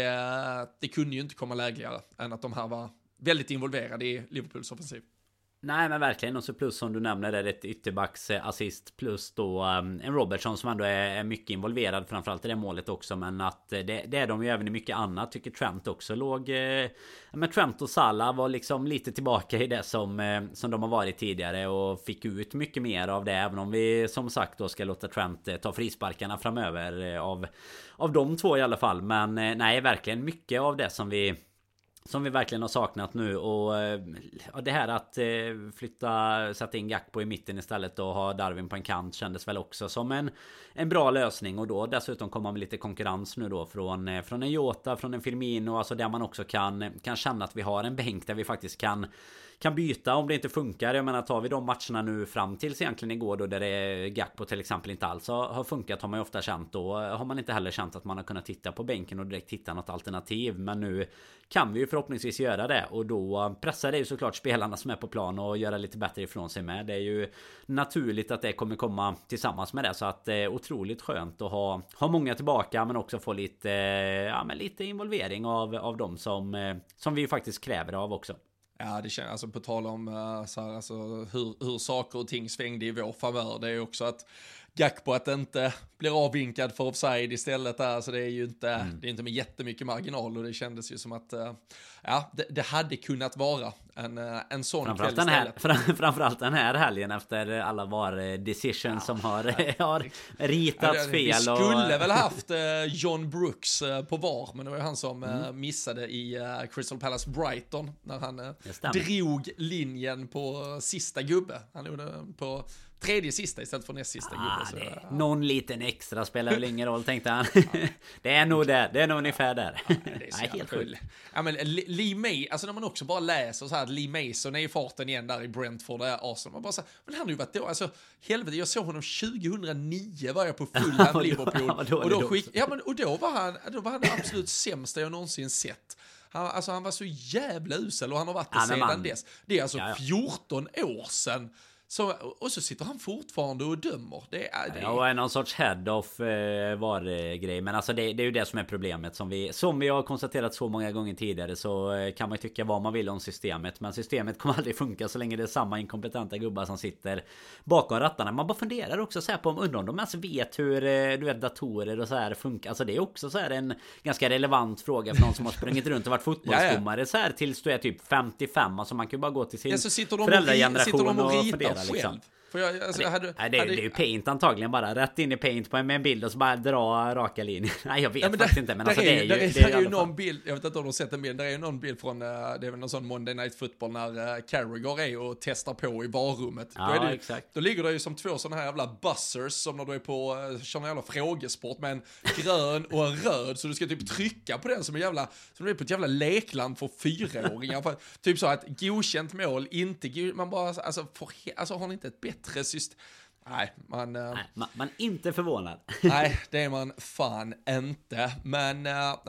det kunde ju inte komma lägligare än att de här var väldigt involverade i Liverpools offensiv. Nej, men verkligen. Och så plus som du nämner är ett ytterbacks assist, plus då en Robertson som ändå är mycket involverad framförallt i det målet också, men att det är de ju även i mycket annat. Tycker Trent också låg men Trent och Salah var liksom lite tillbaka i det som de har varit tidigare, och fick ut mycket mer av det, även om vi som sagt då ska låta Trent ta frisparkarna framöver av de två i alla fall. Men nej, verkligen mycket av det som vi verkligen har saknat nu, och det här att sätta in Gakpo i mitten istället och ha Darwin på en kant kändes väl också som en bra lösning, och då dessutom komma med lite konkurrens nu då från en Jota, från en Firmino, alltså där man också kan känna att vi har en bänk där vi faktiskt kan kan byta om det inte funkar. Jag menar, tar vi de matcherna nu fram tills egentligen igår då, där det Gakpo till exempel inte alls har funkat, har man ju ofta känt. Då har man inte heller känt att man har kunnat titta på bänken och direkt hitta något alternativ. Men nu kan vi ju förhoppningsvis göra det, och då pressar det ju såklart spelarna som är på plan och göra lite bättre ifrån sig med. Det är ju naturligt att det kommer komma tillsammans med det, så att det är otroligt skönt att ha många tillbaka, men också få lite involvering av dem som vi ju faktiskt kräver av också. Ja, det känns, alltså på tal om så här, alltså, hur saker och ting svängde i vår favör. Det är ju också att Gakpo att inte blir avvinkad för offside istället där, alltså det är ju inte, det är inte med jättemycket marginal, och det kändes ju som att det hade kunnat vara en sån kväll istället. Framförallt den här helgen efter alla VAR decisions som har ritats fel. Vi skulle väl haft John Brooks på VAR, men det var ju han som missade i Crystal Palace Brighton när han drog linjen på sista gubbe. Han gjorde på tredje sista istället för näst sista gubbe. Någon liten extra spelar väl ingen roll, tänkte han. Det är nog där. Det är nog ungefär där. Det är så helt sjukt. Ja, men Lee May, alltså när man också bara läser så här att Lee Mason är i farten igen där i Brentford, där Arsenal, man bara så här, men han har ju varit då, alltså helvete, jag såg honom 2009 var jag på Fulham Liverpool, och då var han det absolut sämsta jag någonsin sett. Han var så jävla usel, och han har varit det sedan dess. Det är alltså 14 år sedan. Och så sitter han fortfarande och dömer. Det är någon sorts head of var-grej. Men alltså det är ju det som är problemet. Som vi har konstaterat så många gånger tidigare, så kan man ju tycka vad man vill om systemet. Men systemet kommer aldrig funka så länge det är samma inkompetenta gubbar som sitter bakom rattarna. Man bara funderar också så här på om de alltså vet hur datorer och så här funkar. Alltså det är också så här en ganska relevant fråga för någon som har sprungit runt och varit fotbollsdomare så här tills du är typ 55. Alltså man kan ju bara gå till sin föräldrageneration och fundera. Liksom. Det är ju paint antagligen, bara rätt in i paint med en bild och så bara dra raka linjer. Nej, jag vet faktiskt inte, men alltså det är ju någon bild, jag vet inte om du har sett en bild, det är ju någon bild från, det är väl någon sån Monday Night Football när Carragher är och testar på i varummet. Ja, exakt. Då ligger det ju som två sådana här jävla buzzers som när du är på sån jävla frågesport med en grön och en röd, så du ska typ trycka på den som du är på ett jävla lekland för 4-åringar. Typ så att godkänt mål, inte man bara, alltså har ni inte ett bättre system? Nej, man inte förvånad. Nej, det är man fan inte. Men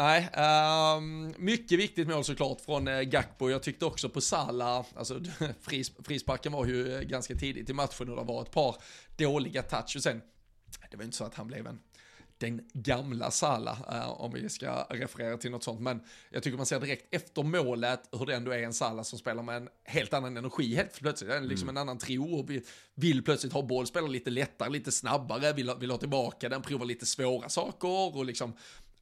mycket viktigt mål såklart från Gakpo. Jag tyckte också på Salah, alltså frisparken var ju ganska tidigt i matchen och det var ett par dåliga touch, och sen det var inte så att han blev den gamla Salah, om vi ska referera till något sånt, men jag tycker man ser direkt efter målet hur det ändå är en Salah som spelar med en helt annan energi helt plötsligt, det är liksom en annan tro, och vill plötsligt ha boll, spelar lite lättare, lite snabbare, vill ha tillbaka den, provar lite svåra saker, och liksom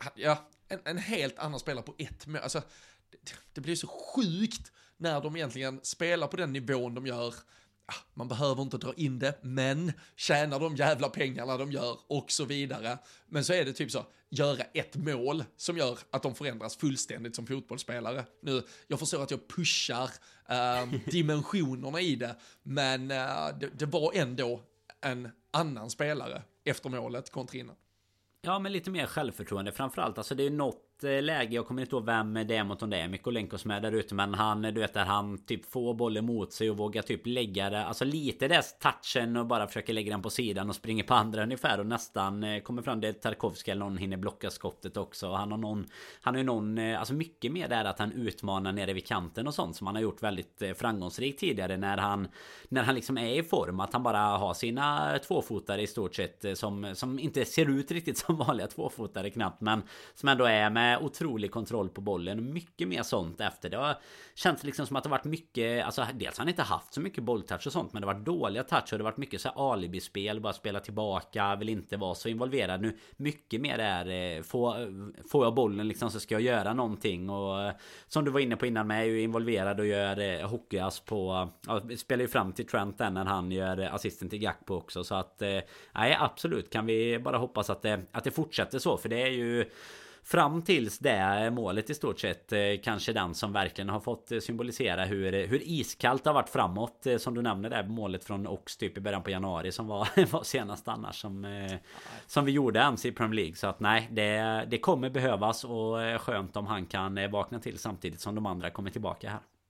en helt annan spelare på ett mål. Alltså, det blir så sjukt när de egentligen spelar på den nivån de gör. Man behöver inte dra in det, men tjänar de jävla pengarna de gör och så vidare. Men så är det typ så, göra ett mål som gör att de förändras fullständigt som fotbollsspelare. Nu, jag förstår att jag pushar dimensionerna i det, men det var ändå en annan spelare efter målet kontra innan. Ja, men lite mer självförtroende framförallt. Alltså det är något läge, jag kommer inte ihåg vem det är mot om det är Mykolenko som är där ute, men han, du vet, där han typ får bollen mot sig och vågar typ lägga det, alltså lite dess touchen och bara försöker lägga den på sidan och springer på andra ungefär och nästan kommer fram det Tarkovsky eller någon hinner blocka skottet också. Han har ju någon, alltså mycket mer där att han utmanar nere vid kanten och sånt som han har gjort väldigt framgångsrikt tidigare när han liksom är i form, att han bara har sina tvåfotare i stort sett som inte ser ut riktigt som vanliga tvåfotare knappt, men som ändå är med otrolig kontroll på bollen och mycket mer sånt efter. Det har känts liksom som att det varit mycket, alltså dels har han inte haft så mycket bolltouch och sånt, men det har varit dåliga touch och det har varit mycket så här alibispel, bara spela tillbaka, vill inte vara så involverad. Nu mycket mer är får jag bollen liksom så ska jag göra någonting, och som du var inne på innan med är ju involverad och gör hockeyas på, spelar ju fram till Trent när han gör assisten till Gakpo också, så att nej, absolut kan vi bara hoppas att det fortsätter så, för det är ju fram tills det målet i stort sett kanske den som verkligen har fått symbolisera hur iskallt det har varit framåt, som du nämnde där målet från Ox typ i början på januari som var senast annars som vi gjorde ens i Premier League. Så att nej, det kommer behövas, och skönt om han kan vakna till samtidigt som de andra kommer tillbaka här.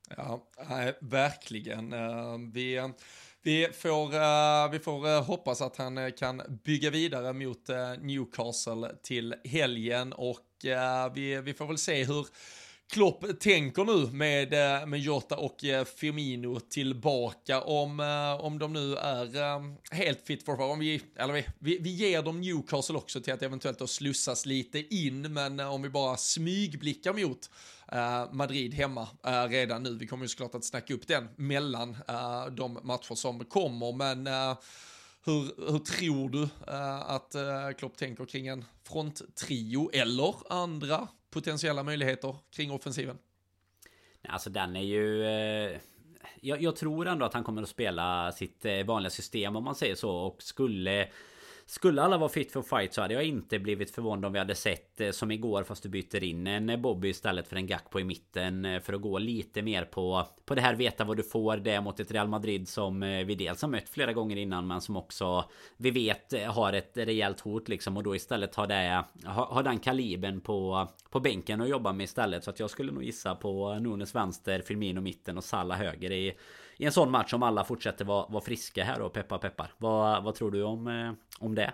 Ja, verkligen. Vi får hoppas att han kan bygga vidare mot Newcastle till helgen, och vi får väl se hur Klopp tänker nu med Jota och Firmino tillbaka, om de nu är helt fit for fight. Vi ger dem Newcastle också till att eventuellt då slussas lite in, men om vi bara smygblickar mot Madrid hemma redan nu. Vi kommer ju såklart att snacka upp den mellan de matcher som kommer, men hur tror du att Klopp tänker kring en fronttrio eller andra potentiella möjligheter kring offensiven? Alltså den är ju... Jag tror ändå att han kommer att spela sitt vanliga system, om man säger så. Och skulle alla vara fit for fight, så hade jag inte blivit förvånad om vi hade sett som igår, fast du byter in en Bobby istället för en Gakpo i mitten, för att gå lite mer på det här, veta vad du får, det mot ett Real Madrid som vi dels har mött flera gånger innan, men som också vi vet har ett rejält hot liksom, och då istället ha den kalibern på bänken och jobba med istället. Så att jag skulle nog gissa på Nunes vänster, Firmino mitten och Salah höger i en sån match, om alla fortsätter vara friska här, och peppar. Vad tror du om det?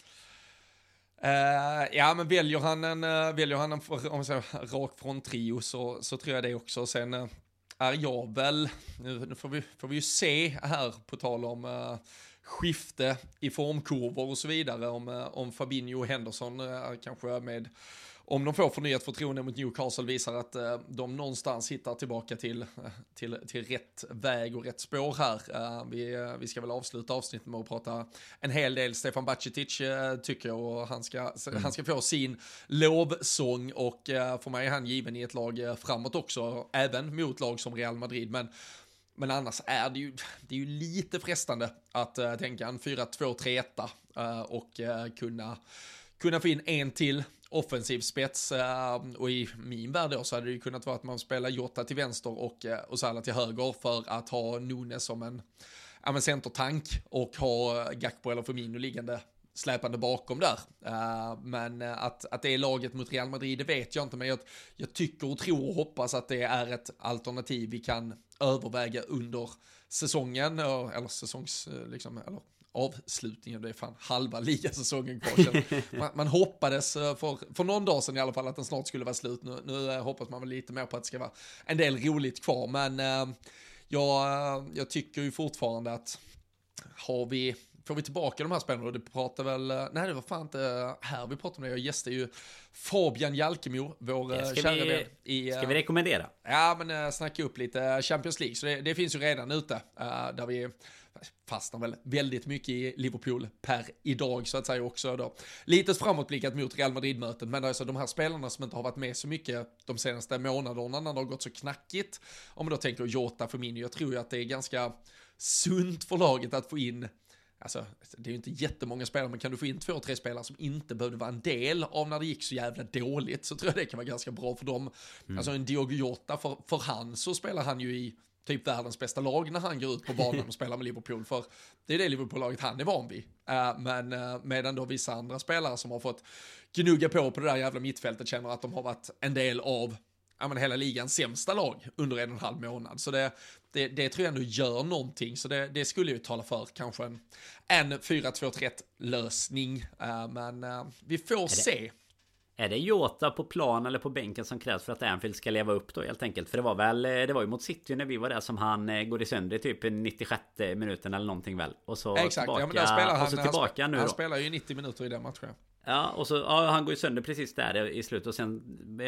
Ja, men väljer han en om man säger, rak från trio, så tror jag det också. Sen är jag väl, nu får vi ju se här, på tal om skifte i formkurvor och så vidare, om Fabinho och Henderson kanske med, om de får förnyat förtroende mot Newcastle, visar att de någonstans hittar tillbaka till rätt väg och rätt spår här. Vi ska väl avsluta avsnittet med att prata en hel del Stefan Bajcetic, tycker jag, och han ska få sin lovsång, och för mig är han given i ett lag framåt också, även mot lag som Real Madrid, men annars är det är ju lite frestande att tänka en 4-2-3-1 och kunna få in en till offensiv spets, och i min värld då så hade det ju kunnat vara att man spelar Jota till vänster och Salah till höger, för att ha Nunes som en centertank och ha Gakpo eller Firmino liggande släpande bakom där. Men att det är laget mot Real Madrid, det vet jag inte, men jag tycker och tror och hoppas att det är ett alternativ vi kan överväga under säsongen, eller säsongs liksom, eller avslutningen. Det är fan halva ligasäsongen kvar. Man hoppades för någon dag sedan i alla fall att den snart skulle vara slut. Nu hoppas man väl lite mer på att det ska vara en del roligt kvar, men jag tycker ju fortfarande att får vi tillbaka de här spelarna, och det pratar väl, nej det var fan inte här vi pratade om det, jag gästade ju Fabian Jalkemo, vår kära vän i... Ska vi rekommendera? Ja, men snacka upp lite Champions League, så det finns ju redan ute, där vi fastnar väl väldigt mycket i Liverpool per idag, så att säga, också då. Lite framåtblickat mot Real Madrid-möten, men alltså de här spelarna som inte har varit med så mycket de senaste månaderna när det har gått så knackigt, om man då tänker Jota, Firmino, jag tror ju att det är ganska sunt för laget att få in. Alltså, det är ju inte jättemånga spelare, men kan du få in 2-3 spelare som inte behövde vara en del av när det gick så jävla dåligt, så tror jag det kan vara ganska bra för dem. Alltså en Diogo Jota, för han så spelar han ju i typ världens bästa lag när han går ut på banan och spelar med Liverpool, för det är det Liverpool-laget han är van vid. Men medan då vissa andra spelare som har fått gnugga på det där jävla mittfältet känner att de har varit en del av hela ligans sämsta lag under 1,5 månad. Så det tror jag ändå gör någonting. Så det skulle ju tala för kanske en 4-2-3 lösning. Men vi får se. Är det Jota på plan eller på bänken som krävs för att Anfield ska leva upp då, helt enkelt? För det var ju mot City när vi var där som han går i sönder typ 96 minuten eller någonting väl. Och så exakt, tillbaka, ja, men där spelar han, och så tillbaka nu då. Han spelar ju 90 minuter i den matchen. Ja, och så han går ju sönder precis där i slutet, och sen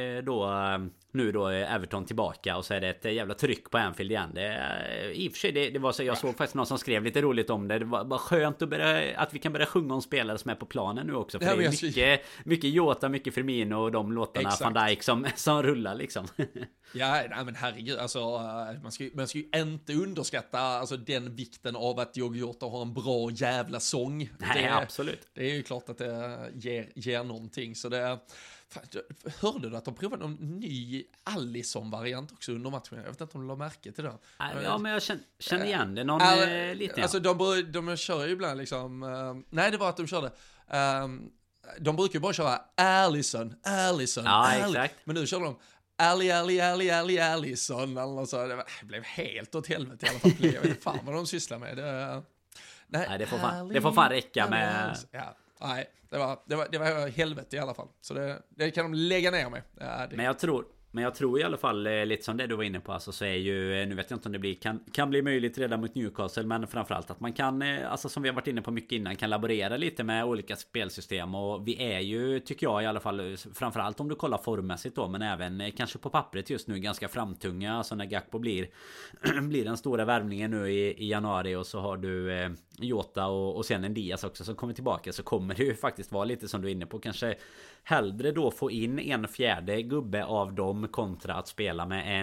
nu då är Everton tillbaka, och så är det ett jävla tryck på Anfield igen. I och för sig, det var så, jag såg faktiskt någon som skrev lite roligt om det. Det var bara skönt att vi kan börja sjunga om spelare som är på planen nu också, för det är mycket Jota, mycket Firmino och de låtarna, exakt. Van Dijk som rullar liksom. Ja, nej, men herregud, alltså man ska ju inte underskatta alltså den vikten av att Diogo Jota har en bra jävla sång. Nej, absolut. Det är ju klart att det ger någonting, så det. Hörde du att de provade någon ny Alisson-variant också under matchen? Jag vet inte om du la märke till det. Ja, men jag känner igen det lite. Alltså de kör ju ibland liksom. Nej, det var att de körde. De brukar ju bara köra Alisson. Ja, exakt. Men nu kör de Allison eller något så. Det blev helt åt helvete i alla fall. Jag vet inte fan vad de sysslar med. Nej, det får fan räcka med... Ja, nej, det var helvete i alla fall. Så det kan de lägga ner med. Ja, Men jag tror i alla fall lite som det du var inne på, alltså, så är ju, nu vet jag inte om det kan bli möjligt redan mot Newcastle, men framförallt att man kan, alltså som vi har varit inne på mycket innan, kan laborera lite med olika spelsystem. Och vi är ju, tycker jag i alla fall, framförallt om du kollar formmässigt då, men även kanske på pappret just nu ganska framtunga. Alltså när Gakpo blir den stora värvningen nu i januari, och så har du Jota och sen en Diaz också som kommer tillbaka, så kommer det ju faktiskt vara lite som du är inne på, kanske hellre då få in en fjärde gubbe av dem kontra att spela med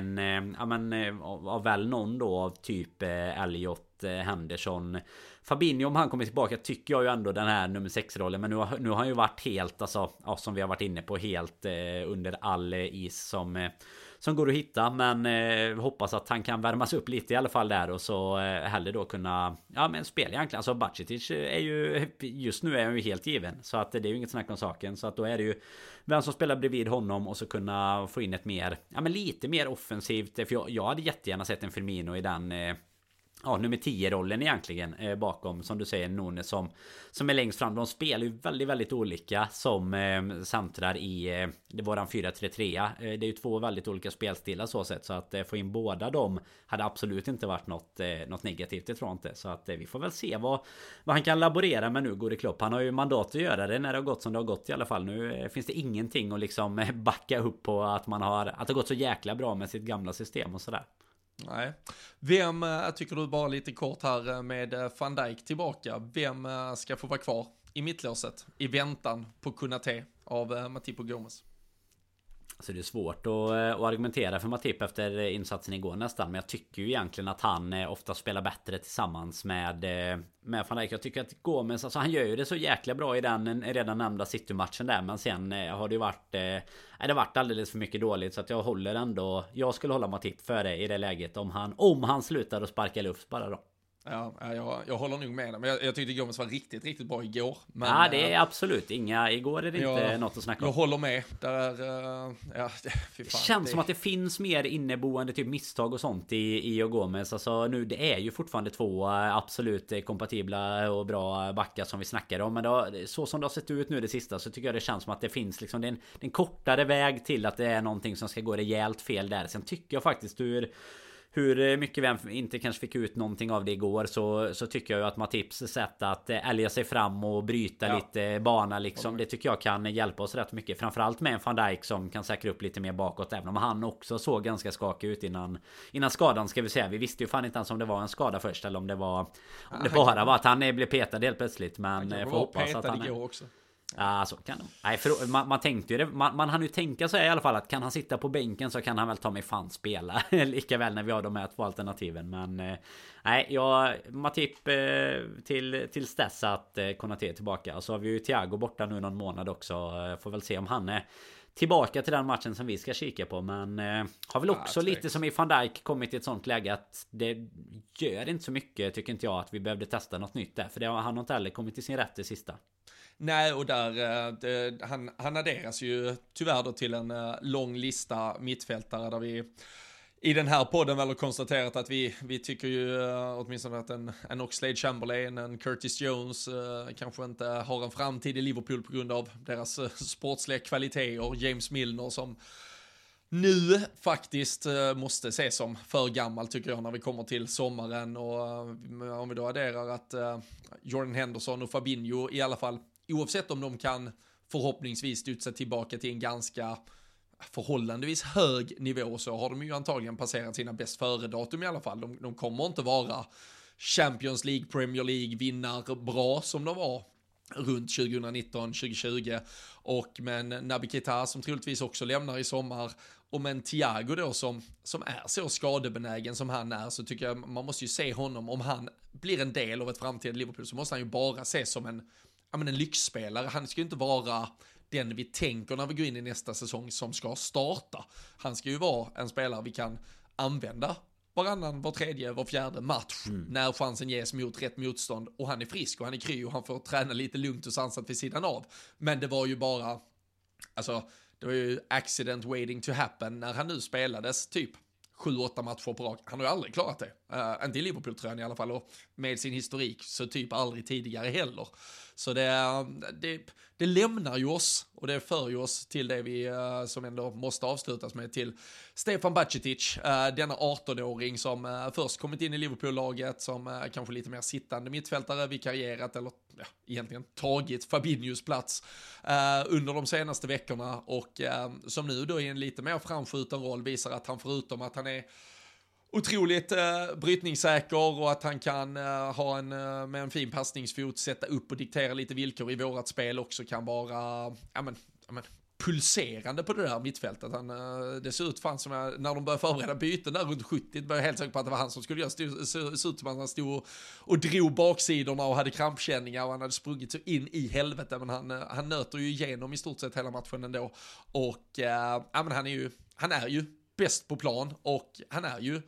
av väl någon då av typ Elliot, Henderson, Fabinho. Om han kommer tillbaka tycker jag ju ändå den här nummer 6-rollen, men nu har han ju varit helt, alltså, som vi har varit inne på, helt under all is som går att hitta. Men hoppas att han kan värmas upp lite i alla fall där, och så hellre då kunna spela egentligen. Alltså Bajcetic är ju, just nu är han ju helt given, så att det är ju inget snack om saken. Så att då är det ju vem som spelar bredvid honom, och så kunna få in ett mer, lite mer offensivt. För jag hade jättegärna sett en Firmino i den nummer 10-rollen egentligen, bakom, som du säger, Nune som är längst fram. De spelar ju väldigt, väldigt olika som centrar i våran 4-3-3. Det är ju två väldigt olika spelstilar så sett, så att få in båda dem hade absolut inte varit något negativt, det tror jag inte. Så att vi får väl se vad han kan laborera med nu, Gode Klopp. Han har ju mandat att göra det när det har gått som det har gått i alla fall. Nu finns det ingenting att liksom backa upp på att att det har gått så jäkla bra med sitt gamla system och sådär. Nej. Vem tycker du, bara lite kort här med Van Dijk tillbaka, vem ska få vara kvar i mittlåset i väntan på Konaté av Matip och Gomes? Så det är svårt att argumentera för Matip efter insatsen igår nästan. Men jag tycker ju egentligen att han ofta spelar bättre tillsammans med Van Dijk. Jag tycker att Gomes, alltså han gör ju det så jäkla bra i den redan nämnda City-matchen där. Men sen har det ju varit alldeles för mycket dåligt. Så att jag skulle hålla Matip före i det läget om han slutar att sparka luft bara då. Ja, jag håller nog med. Men jag tyckte Gomes var riktigt, riktigt bra igår. Men, ja, det är absolut igår är det inte något att snacka om. Jag håller med. Det känns som att det finns mer inneboende typ misstag och sånt i Gomes. Alltså nu, det är ju fortfarande två absolut kompatibla och bra backar som vi snackar om. Men så som det har sett ut nu det sista, så tycker jag det känns som att det finns liksom, det är en kortare väg till att det är någonting som ska gå rejält fel där. Sen tycker jag faktiskt hur mycket vi inte kanske fick ut någonting av det igår, så tycker jag ju att Matips sätt att älga sig fram och bryta lite bana liksom, det tycker jag kan hjälpa oss rätt mycket. Framförallt med en Van Dijk som kan säkra upp lite mer bakåt, även om han också såg ganska skakig ut innan skadan, ska vi säga. Vi visste ju fan inte ens om det var en skada först, eller om det bara var att han blev petad helt plötsligt. Men får hoppas att han också. Ja, så kan de. Nej, för man tänkte ju det. Man hann ju tänka sig i alla fall att kan han sitta på bänken så kan han väl ta mig fan spela. Lika väl när vi har de här två alternativen. Men Matip tills dess att Konaté är tillbaka. Och så har vi ju Thiago borta nu någon månad också. Får väl se om han är tillbaka till den matchen som vi ska kika på. Men har väl också lite som i Van Dijk kommit i ett sånt läge att det gör inte så mycket, tycker inte jag, att vi behövde testa något nytt där. För han har inte heller kommit till sin rätt det sista. Nej, och där han adderas ju tyvärr då till en lång lista mittfältare där vi i den här podden väl har konstaterat att vi tycker ju åtminstone att en Oxlade-Chamberlain, en Curtis Jones kanske inte har en framtid i Liverpool på grund av deras sportsliga kvaliteter. James Milner som nu faktiskt måste ses som för gammal, tycker jag, när vi kommer till sommaren. Och om vi då adderar att Jordan Henderson och Fabinho i alla fall, oavsett om de kan förhoppningsvis studsa tillbaka till en ganska förhållandevis hög nivå, så har de ju antagligen passerat sina bäst före-datum i alla fall. De kommer inte vara Champions League, Premier League vinnare bra som de var runt 2019-2020. Och med Naby Keita som troligtvis också lämnar i sommar, och med en Thiago då som är så skadebenägen som han är, så tycker jag man måste ju se honom, om han blir en del av ett framtida Liverpool, så måste han ju bara ses som en lyxspelare. Han ska ju inte vara den vi tänker när vi går in i nästa säsong som ska starta. Han ska ju vara en spelare vi kan använda varannan, var tredje, var fjärde match när chansen ges mot rätt motstånd, och han är frisk och han är kry och han får träna lite lugnt och sansat vid sidan av. Men det var ju bara, alltså det var ju accident waiting to happen när han nu spelades typ 7-8 matcher på rak. Han har ju aldrig klarat det. Inte i Liverpool-tröjan i alla fall, och med sin historik så typ aldrig tidigare heller. Så det lämnar ju oss, och det för ju oss till det vi som ändå måste avslutas med, till Stefan Bajcetic, denna 18-åring som först kommit in i Liverpool-laget som kanske lite mer sittande mittfältare, vikarierat eller egentligen tagit Fabinhos plats under de senaste veckorna, och som nu då i en lite mer framskjuten roll visar att han, förutom att han är otroligt brytningssäker och att han kan med en fin passningsfot sätta upp och diktera lite villkor i vårat spel, också kan vara pulserande på det där mittfältet. Det ser ut fan som när de börjar förbereda byten där runt 70, var jag helt säker på att det var han som skulle göra. Ser ut som att han stod och drog baksidorna och hade krampkänningar, och han hade sprungit så in i helvete, men han nöter ju igenom i stort sett hela matchen ändå. Och han är ju bäst på plan, och han är ju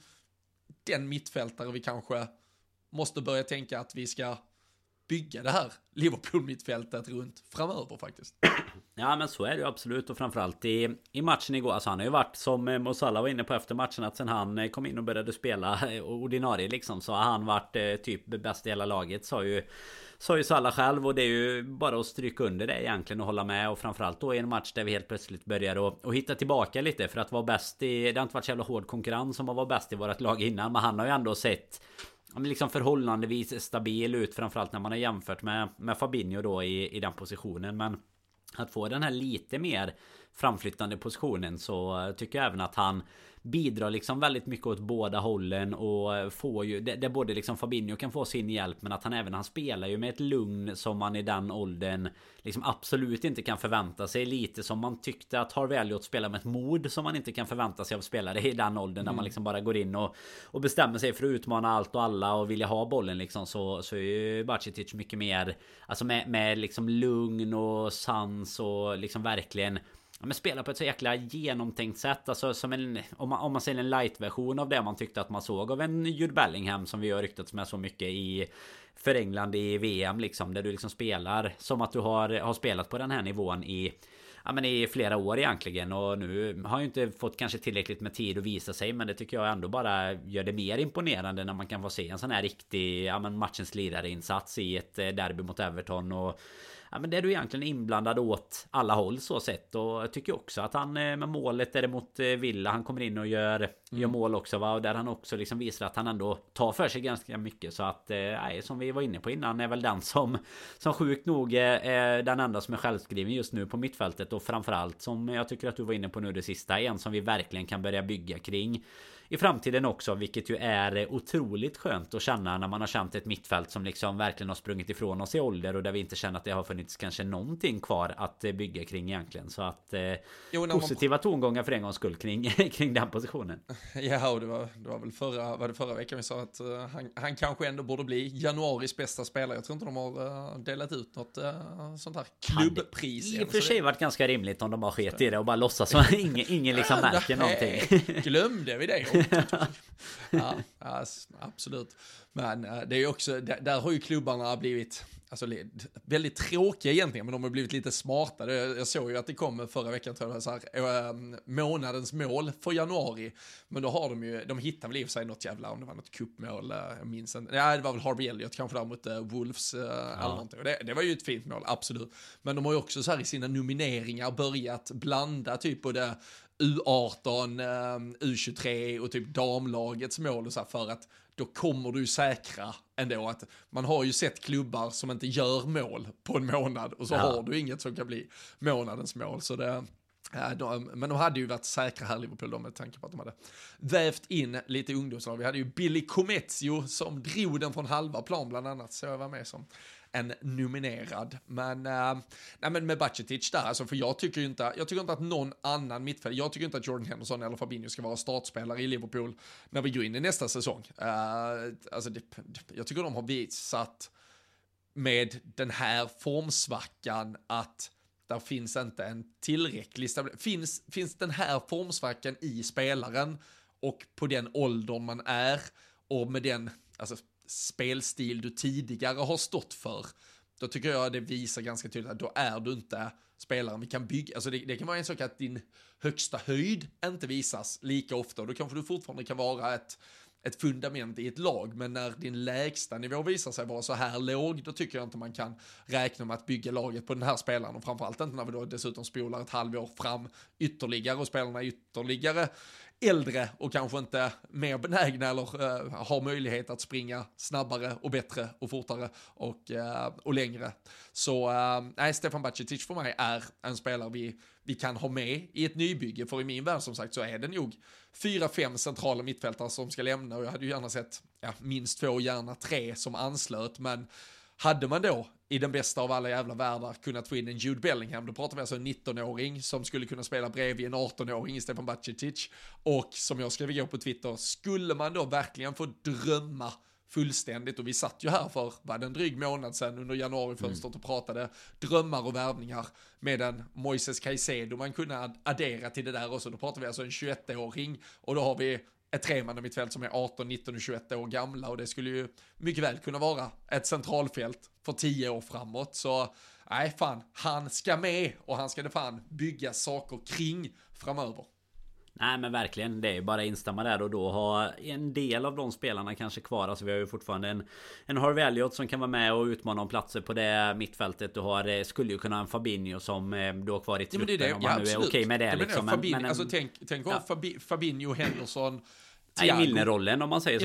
den mittfältare vi kanske måste börja tänka att vi ska bygga det här Liverpool-mittfältet runt framöver faktiskt. Ja, men så är det ju absolut, och framförallt i matchen igår. Alltså han har ju varit, som Mo Salah var inne på efter matchen, att sen han kom in och började spela ordinarie liksom, så har han varit typ bäst i hela laget, sa ju Salah själv, och det är ju bara att stryka under det egentligen och hålla med. Och framförallt då i en match där vi helt plötsligt börjar att hitta tillbaka lite, för att vara bäst i, det har inte varit så jävla hård konkurrens som att vara bäst i vårt lag innan, men han har ju ändå sett liksom förhållandevis stabil ut, framförallt när man har jämfört med Fabinho då i den positionen. Men att få den här lite mer framflyttande positionen, så tycker jag även att han bidrar liksom väldigt mycket åt båda hållen, och får ju där både liksom Fabinho kan få sin hjälp, men att han spelar ju med ett lugn som man i den åldern liksom absolut inte kan förvänta sig. Lite som man tyckte att Harvey Elliott spelar med ett mod som man inte kan förvänta sig av spelare i den åldern, när man liksom bara går in och bestämmer sig för att utmana allt och alla och vilja ha bollen liksom, så är ju Bajcetic mycket mer, alltså med liksom lugn och sans, och liksom verkligen men spelar på ett så jäkla genomtänkt sätt. Alltså som om man ser en light-version av det man tyckte att man såg av en Jude Bellingham, som vi har ryktats med så mycket för England i VM liksom, där du liksom spelar som att du har spelat på den här nivån i flera år egentligen. Och nu har ju inte fått kanske tillräckligt med tid att visa sig, men det tycker jag ändå bara gör det mer imponerande när man kan få se en sån här riktig matchens lirare-insats i ett derby mot Everton. Och men det är du egentligen inblandad åt alla håll så sett. Och jag tycker också att han med målet är det mot Villa, han kommer in och gör mål också, va? Och där han också liksom visar att han ändå tar för sig ganska mycket. Så att som vi var inne på innan, är väl den som sjukt nog är den enda som är självskriven just nu på mittfältet. Och framförallt, som jag tycker att du var inne på nu det sista, en som vi verkligen kan börja bygga kring i framtiden också, vilket ju är otroligt skönt att känna när man har känt ett mittfält som liksom verkligen har sprungit ifrån oss i ålder, och där vi inte känner att det har funnits kanske någonting kvar att bygga kring egentligen. Så att positiva tongångar för en gångs skull kring den positionen. Ja, och det var väl förra veckan vi sa att han kanske ändå borde bli januaris bästa spelare. Jag tror inte de har delat ut något sånt här klubbpris. I och för sig varit ganska rimligt om de har sket i det och bara låtsas som ingen liksom märker någonting. Glömde vi det? Ja, absolut. Men det är ju också, där har ju klubbarna blivit väldigt tråkiga egentligen, men de har blivit lite smartare. Jag såg ju att det kom förra veckan, tror jag, så här, månadens mål för januari, men då har de hittar väl i och för sig något jävla, om det var något cupmål, jag minns inte. Ja, det var väl Harvey Elliott kanske där mot Wolves eller någonting. Och det var ju ett fint mål, absolut. Men de har ju också så här i sina nomineringar börjat blanda typ både U18, U23 och typ damlagets mål och så här, för att då kommer du säkra ändå att man har ju sett klubbar som inte gör mål på en månad, och så har du inget som kan bli månadens mål. Så men de hade ju varit säkra här, Liverpool, då, med tanke på att de hade vävt in lite ungdomslag. Vi hade ju Billy Comezio som drog den från halva plan bland annat, så jag var med som en nominerad. Men med Bajcetic där, alltså, för jag tycker inte att någon annan mittfältare, jag tycker inte att Jordan Henderson eller Fabinho ska vara startspelare i Liverpool när vi går in i nästa säsong. Jag tycker de har visat med den här formsvackan att där finns inte en tillräcklig finns den här formsvackan i spelaren och på den åldern man är och med den spelstil du tidigare har stått för, då tycker jag det visar ganska tydligt att då är du inte spelaren vi kan bygga. Alltså det kan vara en sak att din högsta höjd inte visas lika ofta, och då kanske du fortfarande kan vara ett fundament i ett lag, men när din lägsta nivå visar sig vara så här låg, då tycker jag inte man kan räkna med att bygga laget på den här spelaren, och framförallt inte när vi då dessutom spolar ett halvår fram ytterligare och spelarna är ytterligare äldre och kanske inte mer benägna eller har möjlighet att springa snabbare och bättre och fortare och längre. Så Stefan Bajcetic för mig är en spelare vi kan ha med i ett nybygge, för i min värld som sagt så är det nog 4-5 centrala mittfältare som ska lämna, och jag hade ju gärna sett minst 2, gärna 3 som anslöt, men hade man då i den bästa av alla jävla världar kunnat få in en Jude Bellingham, då pratar vi alltså en 19-åring som skulle kunna spela bredvid en 18-åring i Stefan Bajcetic, och som jag skrev igår på Twitter, skulle man då verkligen få drömma fullständigt, och vi satt ju här för en dryg månad sedan under januarifönstret och pratade drömmar och värvningar med en Moises Caicedo man kunde addera till det där också. Då pratar vi alltså en 21-åring, och då har vi ett tremannamittfält som är 18, 19 och 21 år gamla, och det skulle ju mycket väl kunna vara ett centralfält för 10 år framåt. Så nej fan, han ska med, och han ska det fan bygga saker kring framöver. Nej men verkligen, det är ju bara instämma där, och då ha en del av de spelarna kanske kvar. Alltså vi har ju fortfarande en Harvey Elliott som kan vara med och utmana om platser på det mittfältet. Du har, skulle ju kunna ha en Fabinho som du har kvar i truppen, det, om man nu är okej med det liksom. Men alltså tänk Fabinho, Henderson, i Milner-rollen om man säger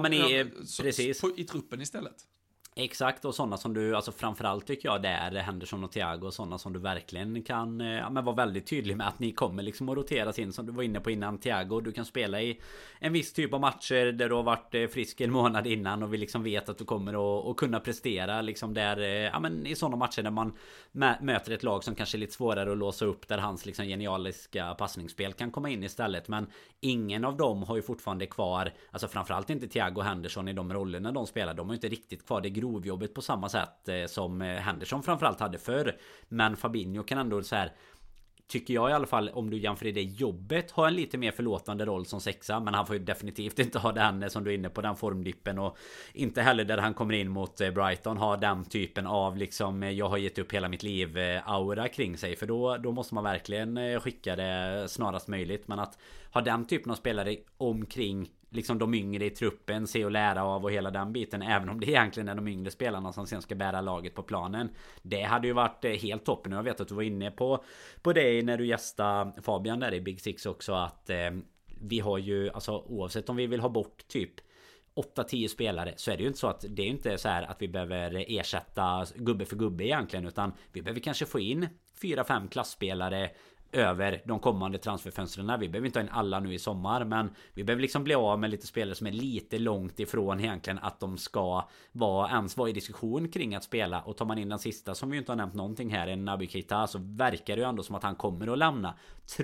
så. Precis. I truppen istället. Exakt, och sådana som du, alltså framförallt tycker jag det är Henderson och Thiago, sådana som du verkligen kan men vara väldigt tydlig med att ni kommer liksom att roteras in, som du var inne på innan. Thiago, du kan spela i en viss typ av matcher där du har varit frisk en månad innan, och vi liksom vet att du kommer att kunna prestera liksom där, men i sådana matcher där man möter ett lag som kanske är lite svårare att låsa upp, där hans liksom genialiska passningsspel kan komma in istället. Men ingen av dem har ju fortfarande kvar, alltså framförallt inte Thiago och Henderson i de rollerna de spelar, de har ju inte riktigt kvar det grovjobbet på samma sätt som Henderson framförallt hade förr. Men Fabinho kan ändå så här, tycker jag i alla fall, om du jämför det jobbet, har en lite mer förlåtande roll som sexa. Men han får ju definitivt inte ha den, som du är inne på, den formdippen, och inte heller där han kommer in mot Brighton ha den typen av liksom jag har gett upp hela mitt liv aura kring sig, för då måste man verkligen skicka det snarast möjligt. Men att ha den typen av spelare omkring liksom de yngre i truppen, se och lära av och hela den biten, även om det egentligen är de yngre spelarna som sen ska bära laget på planen, det hade ju varit helt toppen. Och jag vet att du var inne på det när du gästade Fabian där i Big Six också, att vi har ju, alltså oavsett om vi vill ha bort typ 8-10 spelare, så är det ju inte så att det är inte så här att vi behöver ersätta gubbe för gubbe egentligen, utan vi behöver kanske få in 4-5 klassspelare över de kommande transferfönstren. Vi behöver inte ha in alla nu i sommar, men vi behöver liksom bli av med lite spelare som är lite långt ifrån egentligen att de ska ens vara i diskussion kring att spela. Och tar man in den sista, som vi inte har nämnt någonting här, en Naby Keita, så verkar det ju ändå som att han kommer att lämna.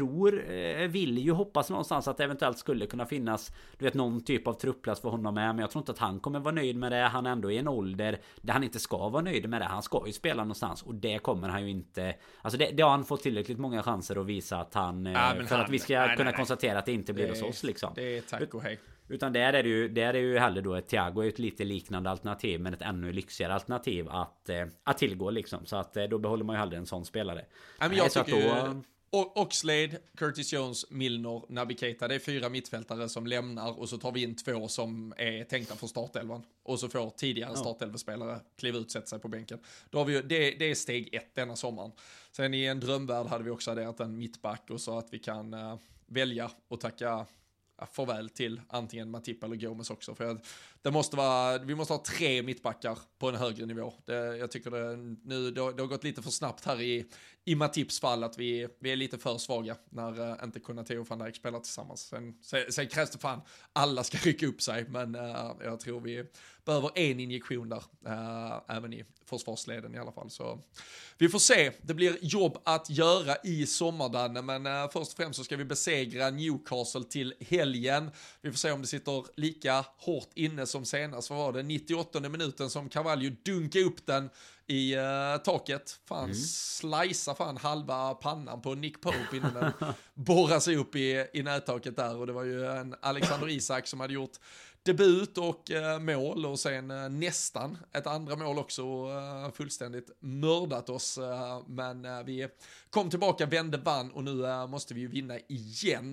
Vill ju hoppas någonstans att det eventuellt skulle kunna finnas, du vet, någon typ av truppplats för honom med, men jag tror inte att han kommer vara nöjd med det. Han är ändå i en ålder där han inte ska vara nöjd med det. Han ska ju spela någonstans, och det kommer han ju inte. Alltså det har han fått tillräckligt många chanser att visa att han för att vi ska kunna konstatera att det inte blir hos oss liksom. Det är tack och hej. Utan där är det ju hellre då ett Thiago är ett lite liknande alternativ, men ett ännu lyxigare alternativ att tillgå liksom. Så att då behåller man ju hellre en sån spelare. Men jag tycker Oxlade, Curtis Jones, Milner, Naby Keita, det är 4 mittfältare som lämnar, och så tar vi in 2 som är tänkta för startelvan, och så får tidigare startelvespelare kliva ut, sätta sig på bänken. Då har vi, det är steg 1 denna sommaren. Sen i en drömvärld hade vi också adderat en mittback, och så att vi kan välja och tacka farväl till antingen Matip eller Gomes också, för vi måste ha 3 mittbackar på en högre nivå. Jag tycker det har gått lite för snabbt här i Matips fall, att vi är lite för svaga när inte Konate och Van Dijk spelar tillsammans. Sen krävs det fan, alla ska rycka upp sig, men jag tror vi behöver en injektion där, även i försvarsleden i alla fall. Så vi får se, det blir jobb att göra i sommardagen, men först och främst så ska vi besegra Newcastle till helgen. Vi får se om det sitter lika hårt inne som senast. Vad var det? 98:e minuten som Carvalho dunkade upp den i taket. Fan, slicea fan halva pannan på Nick Pope innan den borrar sig upp i nättaket där. Och det var ju en Alexander Isak som hade gjort debut och mål och sen nästan ett andra mål också, fullständigt mördat oss, men vi kom tillbaka, vände, vann och nu måste vi ju vinna igen.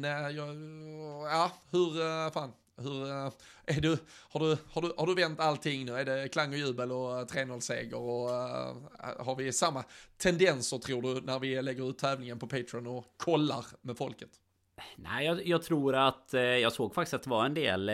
Hur är du, har du vänt allting nu? Är det klang och jubel och 3-0-seger och har vi samma tendenser tror du när vi lägger ut tävlingen på Patreon och kollar med folket? Nej, jag tror att jag såg faktiskt att det var en del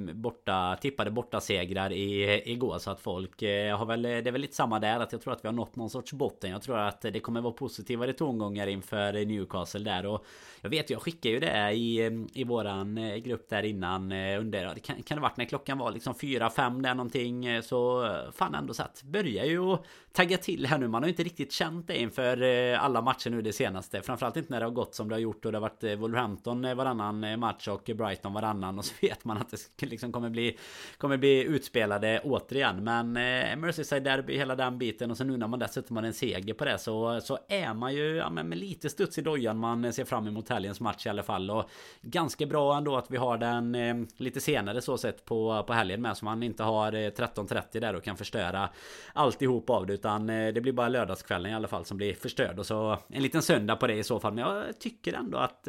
tippade bortasegrar igår, så att folk har väl, det är väl lite samma där, att jag tror att vi har nått någon sorts botten. Jag tror att det kommer vara positivare tongångar inför Newcastle där, och jag vet, jag skickade ju det i våran grupp där innan under, det kan det varit när klockan var liksom 4-5 där någonting, så fan ändå så att börjar ju tagga till här nu. Man har ju inte riktigt känt det inför alla matcher nu det senaste, framförallt inte när det har gått som det har gjort och det har varit Wolverhampton varannan match och Brighton varannan, och så vet man att det liksom kommer bli utspelade återigen. Men Merseyside derby, hela den biten, och så nu när man dessutom har en seger på det, så är man ju med lite studs i dojan. Man ser fram emot helgens match i alla fall, och ganska bra ändå att vi har den lite senare så sett på helgen med, så man inte har 13:30 där och kan förstöra alltihop av det, utan det blir bara lördagskvällen i alla fall som blir förstörd, och så en liten söndag på det i så fall. Men jag tycker ändå att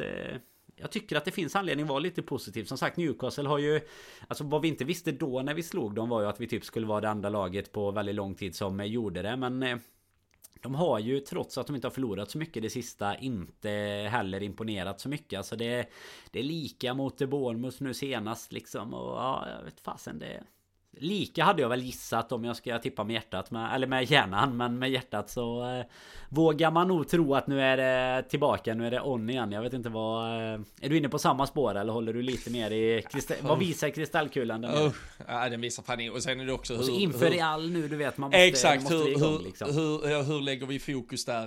det finns anledning att vara lite positiv. Som sagt, Newcastle har ju, alltså vad vi inte visste då när vi slog dem var ju att vi typ skulle vara det andra laget på väldigt lång tid som gjorde det, men de har ju, trots att de inte har förlorat så mycket det sista, inte heller imponerat så mycket. Alltså det är lika mot Bournemouth nu senast liksom, och ja, jag vet fasen det. Lika hade jag väl gissat om jag ska tippa med hjärtat, eller med hjärnan, men med hjärtat så vågar man nog tro att nu är det tillbaka, nu är det on igen. Jag vet inte vad, är du inne på samma spår eller håller du lite mer i vad visar kristallkulan den? Den visar fan in. Och sen är det också hur inför Real nu, du vet, man måste, exakt, måste igång, liksom. hur lägger vi fokus där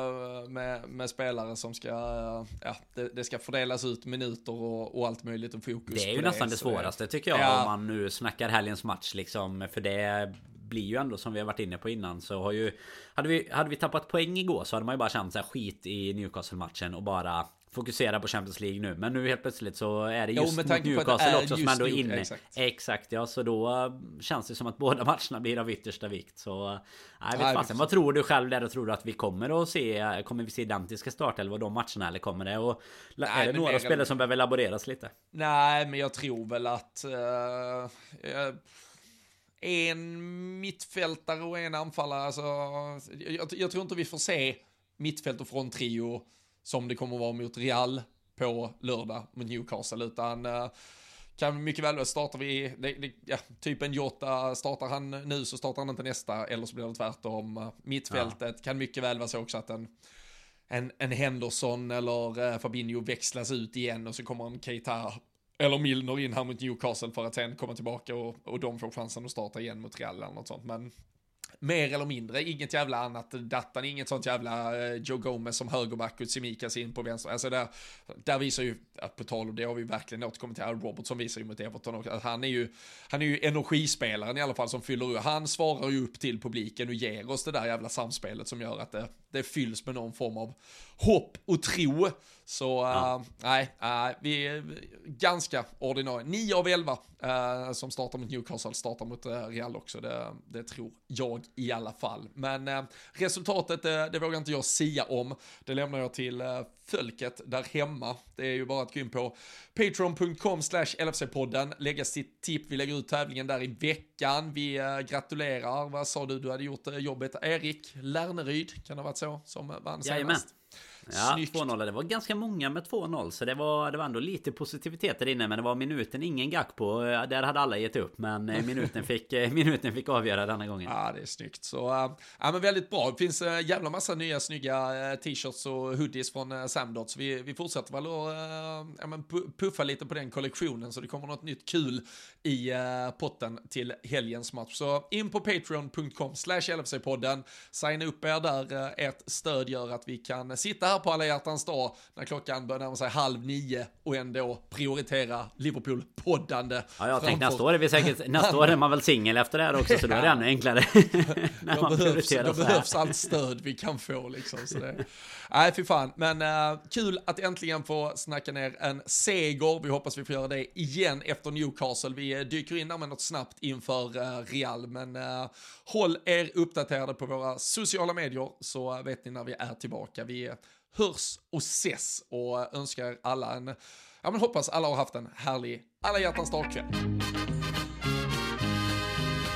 med spelare som ska det ska fördelas ut minuter och allt möjligt, och fokus. Det är ju nästan det svåraste tycker jag, om man nu snackar helgens match liksom, för det blir ju ändå, som vi har varit inne på innan, så hade vi tappat poäng igår så hade man ju bara känt så här skit i Newcastle-matchen och bara fokusera på Champions League nu. Men nu helt plötsligt så är det just mot Newcastle också som ändå är inne. Exakt, ja, så då känns det som att båda matcherna blir av yttersta vikt. Så jag vet fasen, vad tror du själv där? Och tror du att vi kommer vi se identiska startelvor de matcherna, eller kommer det, och är det några spelare som behöver laboreras lite? Nej, men jag tror väl att en mittfältare och en anfallare, alltså, jag tror inte vi får se mittfält och fronttrio som det kommer att vara mot Real på lördag mot Newcastle, utan kan mycket väl startar vi typ en Jota, startar han nu så startar han inte nästa, eller så blir det tvärtom. Mittfältet kan mycket väl vara så också att en Henderson eller Fabinho växlas ut igen, och så kommer en Keita eller Milner in här mot Newcastle för att sen komma tillbaka och de får chansen att starta igen mot Real eller något sånt. Men mer eller mindre, inget jävla annat dattan, inget sånt jävla Joe Gomez som högerback och Tsimikas in på vänster. Alltså där visar ju, på tal om det har vi verkligen återkommit till, Robertson visar ju mot Everton också, att han är ju energispelaren i alla fall, som fyller upp. Han svarar ju upp till publiken och ger oss det där jävla samspelet som gör att det fylls med någon form av hopp och tro. Så vi är ganska ordinarie. 9 av 11 som startar mot Newcastle startar mot Real också. Det tror jag i alla fall. Men resultatet, det vågar inte jag sia om. Det lämnar jag till folket där hemma. Det är ju bara att gå in på patreon.com/LFC-podden, lägga sitt tipp. Vi lägger ut tävlingen där i veckan. Vi gratulerar. Vad sa du hade gjort jobbet? Erik Lerneryd, kan det ha varit så, som vann senast? Ja, 2-0. Det var ganska många med 2-0, så det var ändå lite positivitet där inne, men det var minuten ingen gack på. Där hade alla gett upp, men minuten fick avgöra denna gången. Ja, det är snyggt. Så men väldigt bra. Det finns jävla massa nya snygga t-shirts och hoodies från Samdots. Vi fortsätter väl att puffa lite på den kollektionen, så det kommer något nytt kul i potten till helgens match. Så in på patreon.com/LFC-podden, signa upp er där. Ert stöd gör att vi kan sitta här på alla hjärtans dag när klockan börjar närma sig 8:30 och ändå prioritera Liverpool-poddande. Ja, jag tänkte nästa år är man väl singel efter det här också, så då är det ännu enklare. När man då behövs allt stöd vi kan få liksom. Så det, nej, fy fan. Men kul att äntligen få snacka ner en seger. Vi hoppas vi får göra det igen efter Newcastle. Vi dyker in där med något snabbt inför Real, men håll er uppdaterade på våra sociala medier så vet ni när vi är tillbaka. Vi hörs och ses och önskar alla hoppas alla har haft en härlig alla hjärtans dag-kväll.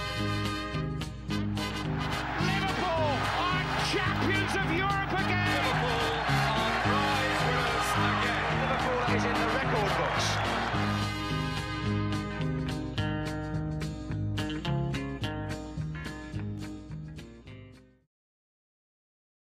Liverpool are champions of Europe again!